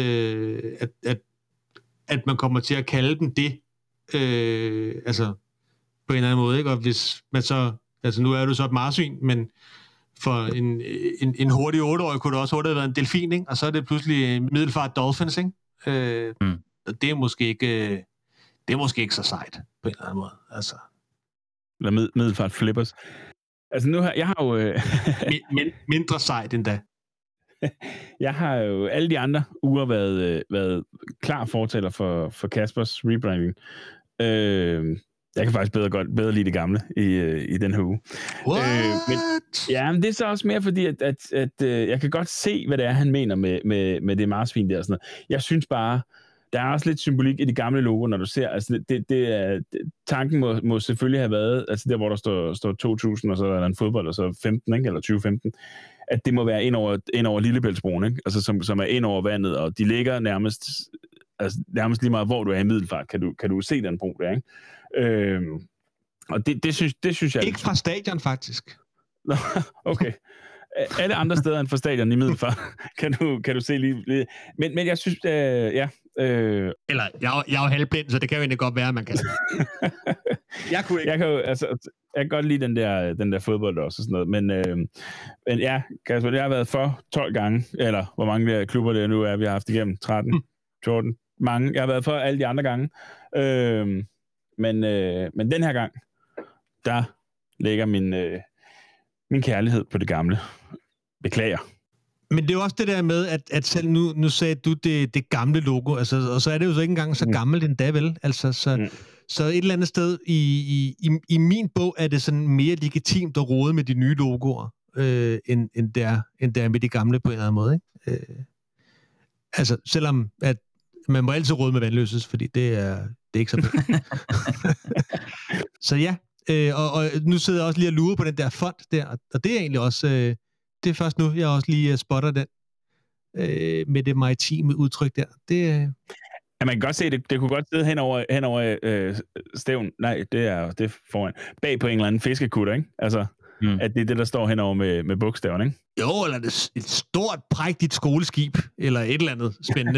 at man kommer til at kalde dem det, altså på en eller anden måde, ikke? Og hvis man så, altså nu er du så et marsvin, men for en hurtig 8-årig kunne det også hurtigt have været en delfin, ikke? Og så er det pludselig Middelfart Dolphins, ikke? Det er måske ikke så sejt på en eller anden måde, altså.
Eller Middelfart Flippers. Altså nu jeg har jo
mindre sejt endda.
Jeg har jo alle de andre uger været klar fortaler for Kaspers rebranding. Jeg kan faktisk bedre lide det gamle i den her uge. Men det er så også mere fordi, at jeg kan godt se, hvad det er, han mener med det marsvin der. Og sådan noget. Jeg synes bare, der er også lidt symbolik i de gamle logo, når du ser. Altså tanken må selvfølgelig have været, altså der, hvor der står 2000, og så er der en fodbold, og så 15, ikke? Eller 2015, at det må være ind over Lillebæltsbroen, ikke? Altså som er ind over vandet, og de ligger nærmest lige meget, hvor du er i Middelfart, kan du se den bro der, ikke? Og det synes jeg...
Ikke fra stadion, faktisk.
Okay. Alle andre steder end fra stadion i Middelfart kan du se lige... Men jeg synes, ja...
Eller, jeg er jo halvblind, så det kan jo egentlig godt være, at man kan...
Jeg kan godt lide den der fodbold også og sådan noget, men ja, Kasper, det har været for 12 gange, eller hvor mange der klubber det nu er, vi har haft igennem, 13, 14, mange. Jeg har været for alle de andre gange, men den her gang, der ligger min kærlighed på det gamle. Beklager.
Men det er jo også det der med, at selv nu sagde du det gamle logo, altså, og så er det jo så ikke engang så gammelt endda, vel? Altså, så et eller andet sted i min bog er det sådan mere legitimt at rode med de nye logoer, end det er med de gamle på en eller anden måde, ikke? Altså, selvom at man må altid rode med Vandløses, fordi det er ikke så fedt. Så ja, og nu sidder jeg også lige og lurer på den der font der, og det er egentlig også... det er først nu, jeg også lige spotter den med det maritime udtryk der.
Ja, man kan godt se, det kunne godt sidde henover stævn. Nej, det er foran. Bag på en eller anden fiskekutter, ikke? Altså, at det er det, der står henover med bogstaven, ikke?
Jo, eller det et stort, prægtigt skoleskib, eller et eller andet spændende.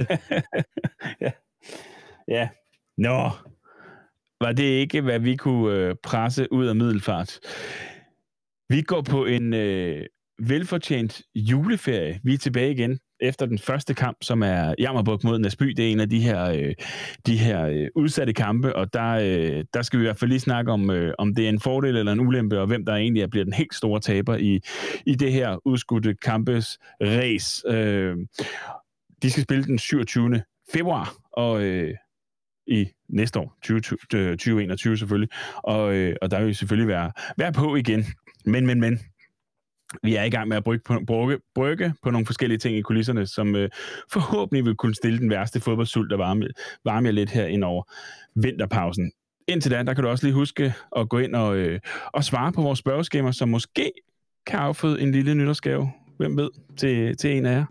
Ja. Nå, var det ikke, hvad vi kunne presse ud af Middelfart? Vi går på en velfortjent juleferie. Vi er tilbage igen efter den første kamp, som er Jammerbugt mod Næsby. Det er en af de her udsatte kampe, og der skal vi i hvert fald lige snakke om det er en fordel eller en ulempe, og hvem der egentlig bliver den helt store taber i det her udskudte kampes race. De skal spille den 27. februar, og i næste år, 2021 selvfølgelig, og der vil vi selvfølgelig være på igen. Men vi er i gang med at brygge på nogle forskellige ting i kulisserne, som forhåbentlig vil kunne stille den værste fodboldsult, der varme lidt her ind over vinterpausen. Indtil da, der kan du også lige huske at gå ind og svare på vores spørgeskemaer, som måske kan afføde en lille nytårsgave, hvem ved, til en af jer.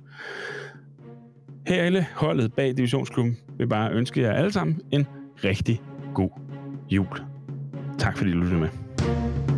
Hele holdet bag Divisionsklubben vil bare ønske jer alle sammen en rigtig god jul. Tak fordi du lyttede med.